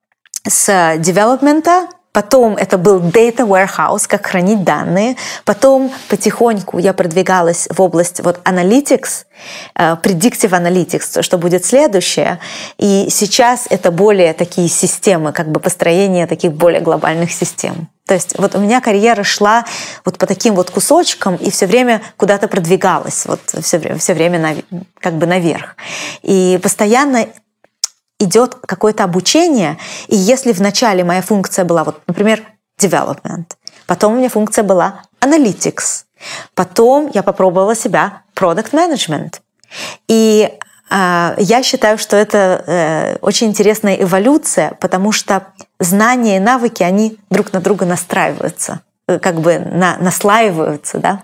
[SPEAKER 5] с девелопмента, потом это был data warehouse, как хранить данные, потом потихоньку я продвигалась в область вот analytics, predictive analytics, что будет следующее, и сейчас это более такие системы, как бы построение таких более глобальных систем. То есть вот у меня карьера шла вот по таким вот кусочкам и все время куда-то продвигалась, вот все время как бы наверх. И постоянно идет какое-то обучение, и если вначале моя функция была, вот, например, development, потом у меня функция была analytics, потом я попробовала себя product management. И я считаю, что это очень интересная эволюция, потому что знания и навыки, они друг на друга настраиваются, как бы наслаиваются, да?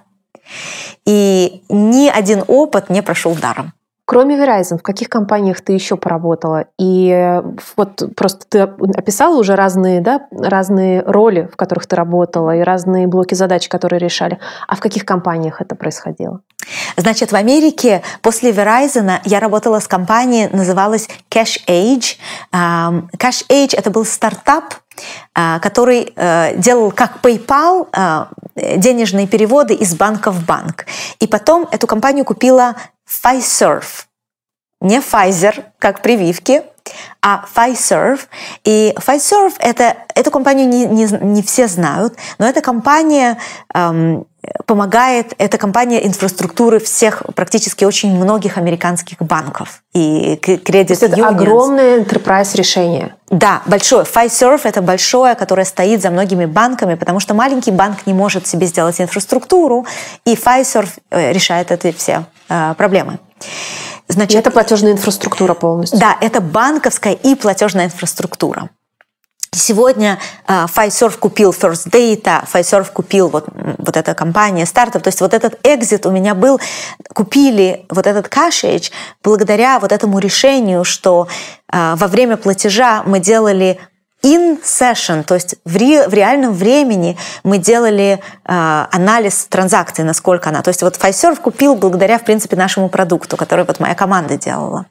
[SPEAKER 5] И ни один опыт не прошел даром.
[SPEAKER 3] Кроме Verizon, в каких компаниях ты еще поработала? И вот просто ты описала уже разные роли, в которых ты работала, и разные блоки задач, которые решали. А в каких компаниях это происходило?
[SPEAKER 5] Значит, в Америке после Verizon я работала с компанией, называлась CashAge. CashAge — это был стартап, который делал как PayPal денежные переводы из банка в банк. И потом эту компанию купила Fiserv. Не Pfizer, как прививки, а Fiserv. И Fiserv эту компанию не все знают, но эта компания помогает, это компания инфраструктуры всех, практически очень многих американских банков и credit unions.
[SPEAKER 3] Это огромное enterprise решение.
[SPEAKER 5] Да, большое. Fiserv — это большое, которое стоит за многими банками, потому что маленький банк не может себе сделать инфраструктуру, и Fiserv решает эти все проблемы. Значит,
[SPEAKER 3] это платежная инфраструктура полностью.
[SPEAKER 5] Да, это банковская и платежная инфраструктура. Сегодня Fiserv купил First Data, Fiserv купил вот эта компания стартап. То есть вот этот экзит у меня был, купили вот этот CashAge благодаря вот этому решению, что во время платежа мы делали in session, то есть в реальном времени мы делали анализ транзакций, насколько она. То есть вот Fiserv купил благодаря, в принципе, нашему продукту, который вот моя команда делала.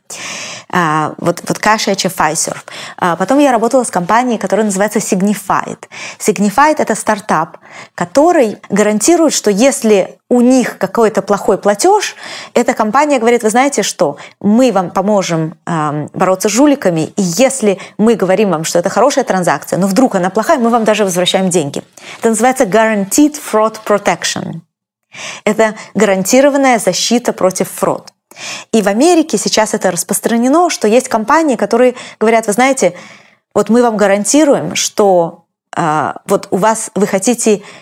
[SPEAKER 5] Вот CashAge и Fiserv. Потом я работала с компанией, которая называется Signified. Signified — это стартап, который гарантирует, что если у них какой-то плохой платеж, эта компания говорит, вы знаете что, мы вам поможем бороться с жуликами, и если мы говорим вам, что это хорошая транзакция, но вдруг она плохая, мы вам даже возвращаем деньги. Это называется Guaranteed Fraud Protection. Это гарантированная защита против фрод. И в Америке сейчас это распространено, что есть компании, которые говорят, вы знаете, вот мы вам гарантируем, что вот у вас, вы хотите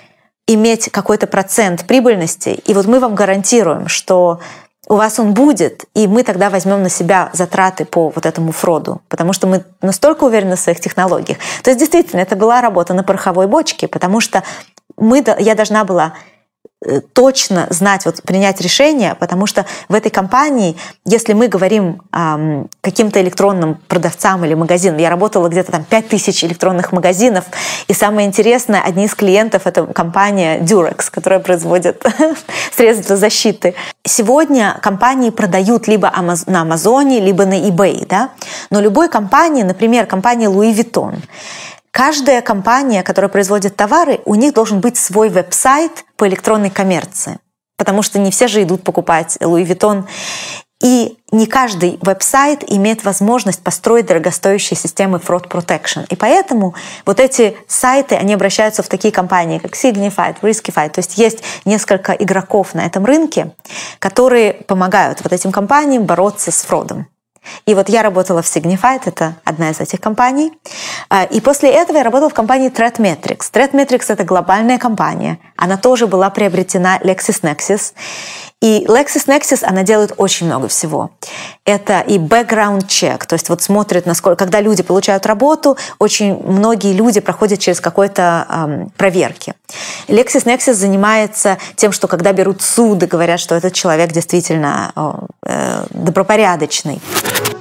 [SPEAKER 5] иметь какой-то процент прибыльности, и вот мы вам гарантируем, что у вас он будет, и мы тогда возьмем на себя затраты по вот этому фроду, потому что мы настолько уверены в своих технологиях. То есть действительно это была работа на пороховой бочке, потому что я должна была точно знать, вот принять решение, потому что в этой компании, если мы говорим каким-то электронным продавцам или магазинам, я работала где-то там 5000 электронных магазинов, и самое интересное, одни из клиентов — это компания Durex, которая производит средства защиты. Сегодня компании продают либо на Амазоне, либо на eBay, да? Но любой компании, например, компания Louis Vuitton, каждая компания, которая производит товары, у них должен быть свой веб-сайт по электронной коммерции, потому что не все же идут покупать Louis Vuitton. И не каждый веб-сайт имеет возможность построить дорогостоящие системы fraud protection. И поэтому вот эти сайты, они обращаются в такие компании, как Signified, Riskified. То есть есть несколько игроков на этом рынке, которые помогают вот этим компаниям бороться с фродом. И вот я работала в Signified, это одна из этих компаний. И после этого я работала в компании ThreatMetrix. ThreatMetrix — это глобальная компания. Она тоже была приобретена LexisNexis. И LexisNexis, она делает очень много всего. Это и background check, то есть вот смотрит, насколько, когда люди получают работу, очень многие люди проходят через какой-то проверки. LexisNexis занимается тем, что когда берут суды, говорят, что этот человек действительно добропорядочный.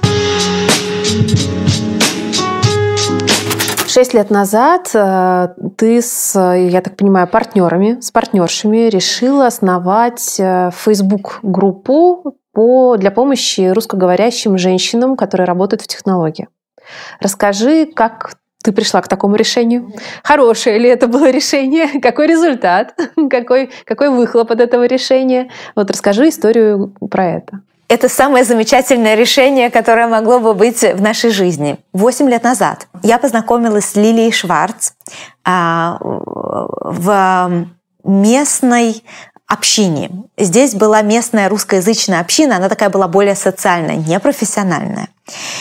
[SPEAKER 3] 6 лет назад ты я так понимаю, с партнершами решила основать Facebook-группу для помощи русскоговорящим женщинам, которые работают в технологии. Расскажи, как ты пришла к такому решению? Хорошее ли это было решение? Какой результат? Какой выхлоп от этого решения? Вот расскажи историю про это.
[SPEAKER 5] Это самое замечательное решение, которое могло бы быть в нашей жизни. 8 лет назад я познакомилась с Лилией Шварц в местной общине. Здесь была местная русскоязычная община, она такая была более социальная, непрофессиональная.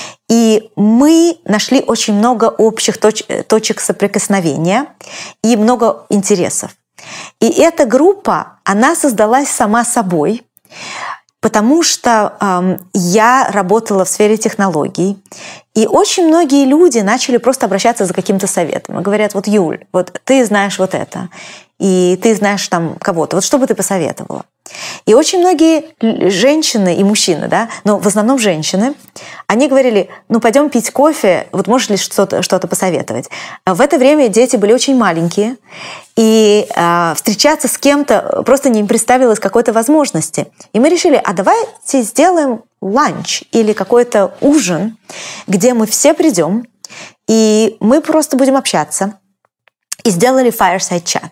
[SPEAKER 5] И мы нашли очень много общих точек соприкосновения и много интересов. И эта группа, она создалась сама собой, потому что я работала в сфере технологий, и очень многие люди начали просто обращаться за каким-то советом. И говорят: вот, Юль, вот ты знаешь вот это, и ты знаешь там кого-то, вот что бы ты посоветовала? И очень многие женщины и мужчины, да, но в основном женщины, они говорили: ну пойдем пить кофе, вот можешь ли что-то посоветовать? В это время дети были очень маленькие, и встречаться с кем-то просто не представилось какой-то возможности. И мы решили: а давайте сделаем ланч или какой-то ужин, где мы все придем, и мы просто будем общаться. И сделали fireside chat.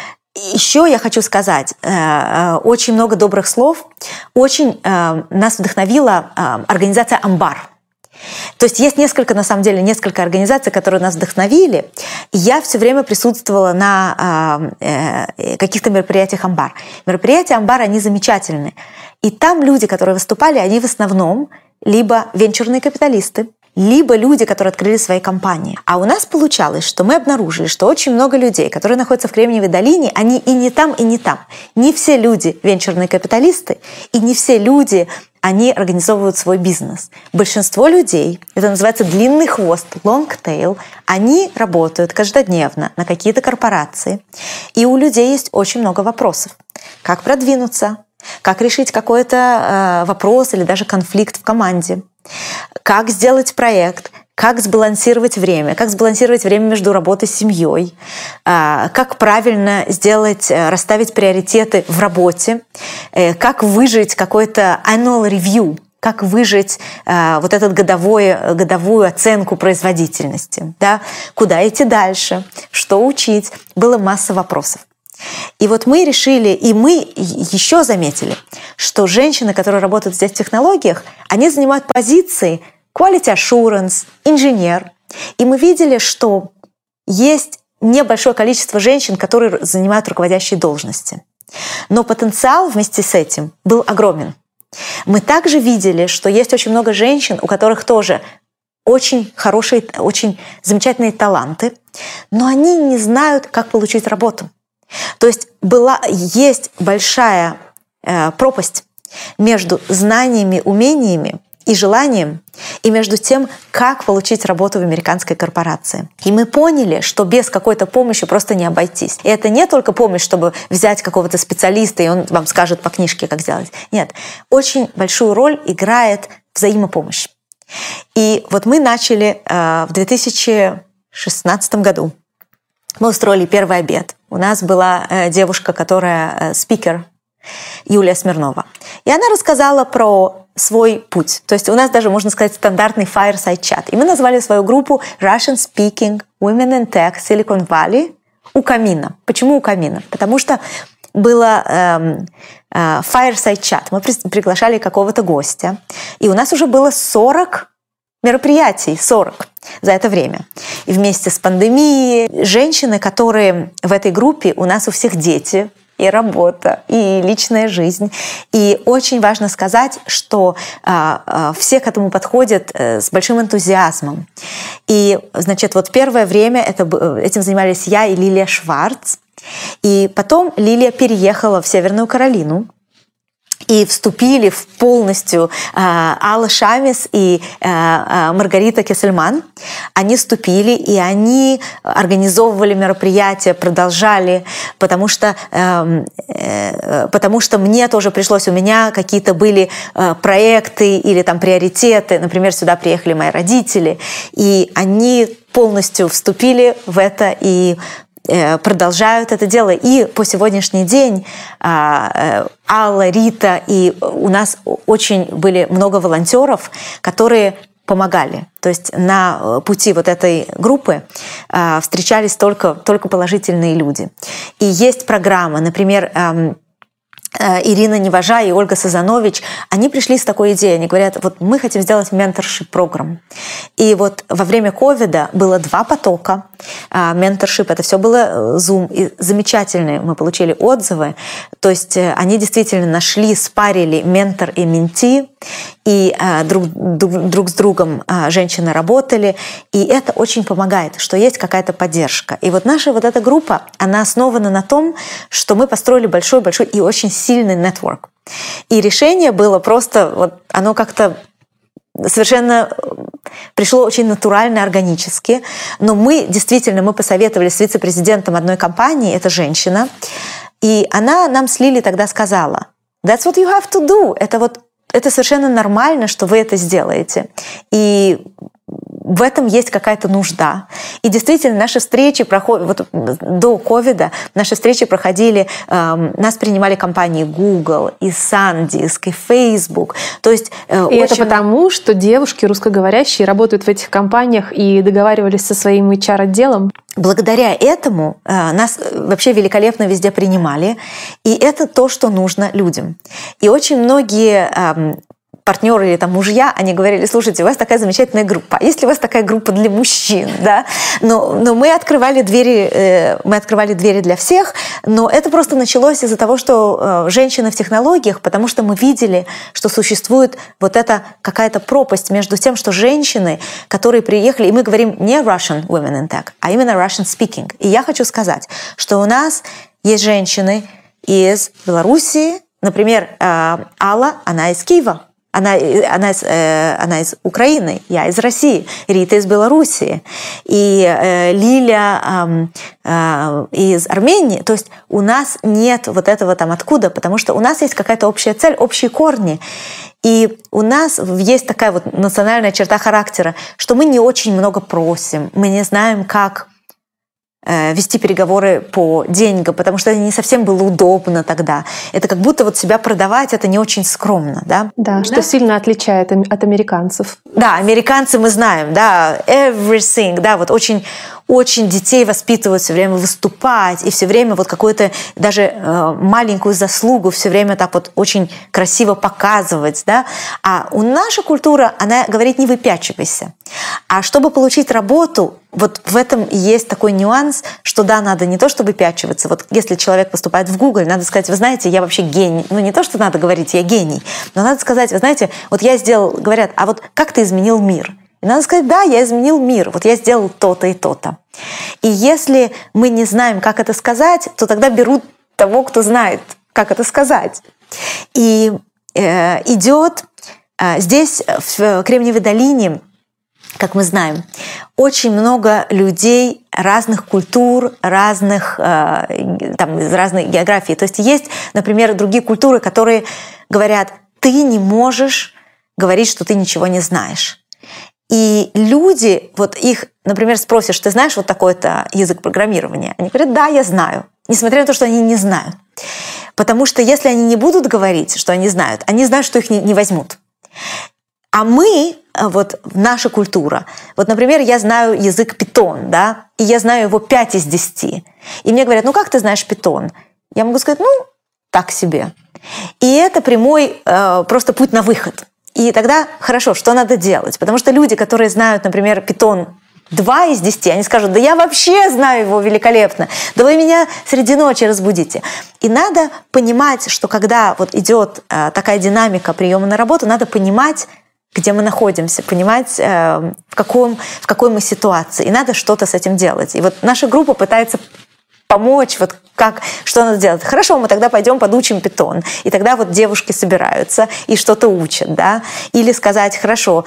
[SPEAKER 5] Еще я хочу сказать, очень много добрых слов. Очень нас вдохновила организация «Амбар». То есть есть несколько организаций, которые нас вдохновили. И я все время присутствовала на каких-то мероприятиях «Амбар». Мероприятия «Амбар», они замечательные. И там люди, которые выступали, они в основном либо венчурные капиталисты, либо люди, которые открыли свои компании. А у нас получалось, что мы обнаружили, что очень много людей, которые находятся в Кремниевой долине, они и не там, и не там. Не все люди венчурные капиталисты, и не все люди, они организовывают свой бизнес. Большинство людей, это называется длинный хвост, long tail, они работают каждодневно на какие-то корпорации. И у людей есть очень много вопросов. Как продвинуться? Как решить какой-то вопрос или даже конфликт в команде? Как сделать проект? Как сбалансировать время? Как сбалансировать время между работой и семьей? Как правильно расставить приоритеты в работе? Как выжить какой-то annual review? Как выжить вот эту годовую оценку производительности? Да? Куда идти дальше? Что учить? Было масса вопросов. И вот мы решили, и мы еще заметили, что женщины, которые работают здесь в технологиях, они занимают позиции quality assurance, инженер. И мы видели, что есть небольшое количество женщин, которые занимают руководящие должности. Но потенциал вместе с этим был огромен. Мы также видели, что есть очень много женщин, у которых тоже очень хорошие, очень замечательные таланты, но они не знают, как получить работу. То есть есть большая пропасть между знаниями, умениями и желанием, и между тем, как получить работу в американской корпорации. И мы поняли, что без какой-то помощи просто не обойтись. И это не только помощь, чтобы взять какого-то специалиста, и он вам скажет по книжке, как сделать. Нет, очень большую роль играет взаимопомощь. И вот мы начали в 2016 году. Мы устроили первый обед. У нас была девушка, которая спикер, Юлия Смирнова. И она рассказала про свой путь. То есть у нас даже, можно сказать, стандартный fireside чат. И мы назвали свою группу Russian Speaking Women in Tech Silicon Valley у камина. Почему у камина? Потому что было fireside чат. Мы приглашали какого-то гостя. И у нас уже было 40 мероприятий, 40 за это время. И вместе с пандемией женщины, которые в этой группе, у нас у всех дети, и работа, и личная жизнь. И очень важно сказать, что все к этому подходят с большим энтузиазмом. И, значит, вот первое время этим занимались я и Лилия Шварц. И потом Лилия переехала в Северную Каролину. И вступили в полностью Алла Шамис и Маргарита Кессельман. Они вступили, и они организовывали мероприятия, продолжали, потому что мне тоже пришлось, у меня какие-то были проекты или там приоритеты. Например, сюда приехали мои родители, и они полностью вступили в это и продолжают это дело. И по сегодняшний день Алла, Рита, и у нас очень были много волонтеров, которые помогали. То есть на пути вот этой группы встречались только положительные люди. И есть программа, например, Ирина Неважа и Ольга Сазанович, они пришли с такой идеей. Они говорят, вот мы хотим сделать менторшип-программу. И вот во время ковида было 2 потока менторшип. Это все было Zoom. И замечательные мы получили отзывы. То есть они действительно нашли, спарили ментор и менти. И друг с другом женщины работали. И это очень помогает, что есть какая-то поддержка. И вот наша вот эта группа, она основана на том, что мы построили большой-большой и очень сильный нетворк. И решение было просто, вот оно как-то совершенно пришло очень натурально, органически. Но мы посоветовались с вице-президентом одной компании, это женщина, и она нам с Лили тогда сказала, that's what you have to do. Это совершенно нормально, что вы это сделаете. И в этом есть какая-то нужда. И действительно, наши встречи проходят, до ковида наши встречи проходили, нас принимали компании Google, и SanDisk, и Facebook. То есть,
[SPEAKER 2] и это потому, что девушки русскоговорящие работают в этих компаниях и договаривались со своим HR-отделом?
[SPEAKER 5] Благодаря этому нас вообще великолепно везде принимали. И это то, что нужно людям. И очень многие партнеры или там мужья, они говорили, слушайте, у вас такая замечательная группа. А есть ли у вас такая группа для мужчин? Да? Но мы открывали двери для всех, но это просто началось из-за того, что женщины в технологиях, потому что мы видели, что существует вот эта какая-то пропасть между тем, что женщины, которые приехали, и мы говорим не Russian Women in Tech, а именно Russian Speaking. И я хочу сказать, что у нас есть женщины из Белоруссии, например, Алла, она из Киева. Она из Украины, я из России, Рита из Белоруссии, и Лиля из Армении. То есть у нас нет вот этого там откуда, потому что у нас есть какая-то общая цель, общие корни. И у нас есть такая вот национальная черта характера, что мы не очень много просим, мы не знаем, как вести переговоры по деньгам, потому что это не совсем было удобно тогда. Это как будто вот себя продавать, это не очень скромно, да?
[SPEAKER 2] Да, что сильно отличает от американцев.
[SPEAKER 5] Да, американцы мы знаем, да, everything, да, вот очень детей воспитывают все время выступать, и все время вот какую-то даже маленькую заслугу все время так вот очень красиво показывать, да. А наша культура, она говорит, не выпячивайся. А чтобы получить работу, вот в этом есть такой нюанс, что да, надо не то чтобы выпячиваться. Вот если человек поступает в Google, надо сказать, вы знаете, я вообще гений. Ну не то, что надо говорить, я гений, но надо сказать, вы знаете, вот я сделал, говорят, а вот как ты изменил мир? И надо сказать, да, я изменил мир, вот я сделал то-то и то-то. И если мы не знаем, как это сказать, то тогда берут того, кто знает, как это сказать. И идет здесь, в Кремниевой долине, как мы знаем, очень много людей разных культур, разных, там, из разной географии. То есть есть, например, другие культуры, которые говорят, ты не можешь говорить, что ты ничего не знаешь. И люди, вот их, например, спросишь, ты знаешь вот такой-то язык программирования? Они говорят, да, я знаю, несмотря на то, что они не знают. Потому что если они не будут говорить, что они знают, что их не возьмут. А мы, вот наша культура, вот, например, я знаю язык питон, да, и я знаю его 5 из 10. И мне говорят, ну как ты знаешь питон? Я могу сказать, ну, так себе. И это прямой просто путь на выход. И тогда, хорошо, что надо делать? Потому что люди, которые знают, например, питон 2 из 10, они скажут, да я вообще знаю его великолепно, да вы меня среди ночи разбудите. И надо понимать, что когда вот идет такая динамика приема на работу, надо понимать, где мы находимся, понимать, в какой мы ситуации. И надо что-то с этим делать. И вот наша группа пытается помочь, вот что надо делать. Хорошо, мы тогда пойдем подучим питон. И тогда вот девушки собираются и что-то учат, да. Или сказать, хорошо,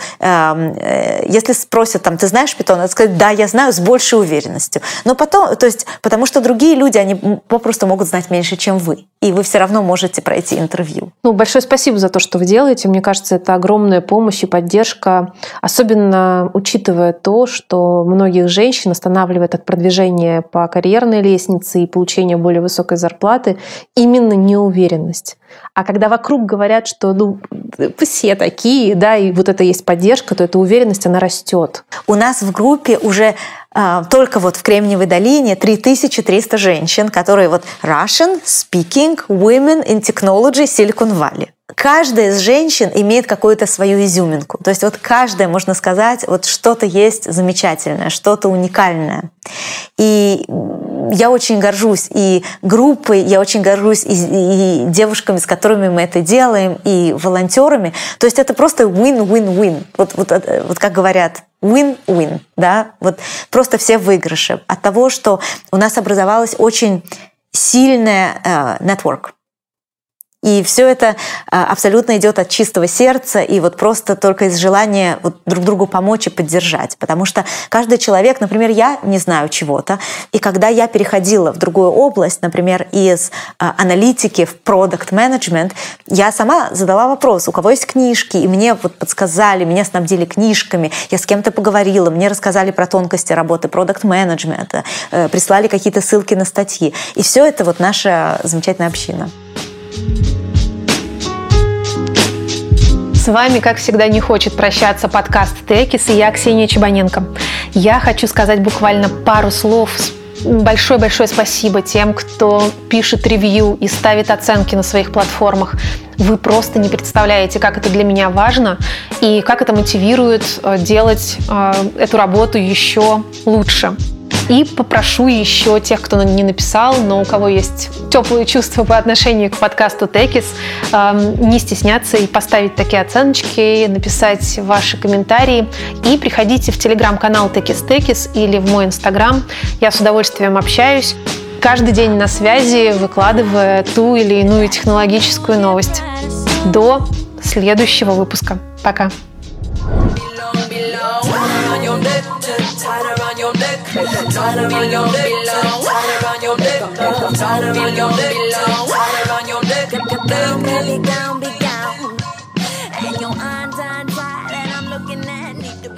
[SPEAKER 5] если спросят, там, ты знаешь питон, надо сказать, да, я знаю, с большей уверенностью. Но потом, то есть, потому что другие люди, они попросту могут знать меньше, чем вы. И вы все равно можете пройти интервью.
[SPEAKER 2] Ну, большое спасибо за то, что вы делаете. Мне кажется, это огромная помощь и поддержка, особенно учитывая то, что многих женщин останавливает от продвижения по карьерной лестнице и получения более высокой зарплаты именно неуверенность. А когда вокруг говорят, что ну, все такие, да, и вот это есть поддержка, то эта уверенность, она растет.
[SPEAKER 5] У нас в группе уже только вот в Кремниевой долине 3300 женщин, которые вот Russian Speaking Women in Technology Silicon Valley. Каждая из женщин имеет какую-то свою изюминку. То есть вот каждая, можно сказать, вот что-то есть замечательное, что-то уникальное. И я очень горжусь и группой, я очень горжусь и девушками, с которыми мы это делаем, и волонтерами. То есть это просто win-win-win. Вот как говорят, win-win, да? Вот просто все выигрыши от того, что у нас образовалась очень сильная network. И все это абсолютно идет от чистого сердца и вот просто только из желания вот друг другу помочь и поддержать. Потому что каждый человек, например, я не знаю чего-то, и когда я переходила в другую область, например, из аналитики в product management, я сама задала вопрос, у кого есть книжки, и мне вот подсказали, меня снабдили книжками, я с кем-то поговорила, мне рассказали про тонкости работы product management, прислали какие-то ссылки на статьи. И все это вот наша замечательная община.
[SPEAKER 3] С вами, как всегда, не хочет прощаться подкаст «Текис» и я, Ксения Чебаненко. Я хочу сказать буквально пару слов. Большое-большое спасибо тем, кто пишет ревью и ставит оценки на своих платформах. Вы просто не представляете, как это для меня важно и как это мотивирует делать эту работу еще лучше. И попрошу еще тех, кто не написал, но у кого есть теплые чувства по отношению к подкасту «Текис», не стесняться и поставить такие оценочки, написать ваши комментарии. И приходите в телеграм-канал «Текис или в мой инстаграм. Я с удовольствием общаюсь. Каждый день на связи, выкладывая ту или иную технологическую новость. До следующего выпуска. Пока.
[SPEAKER 4] Really down, be down, and your eyes, and I'm looking at need to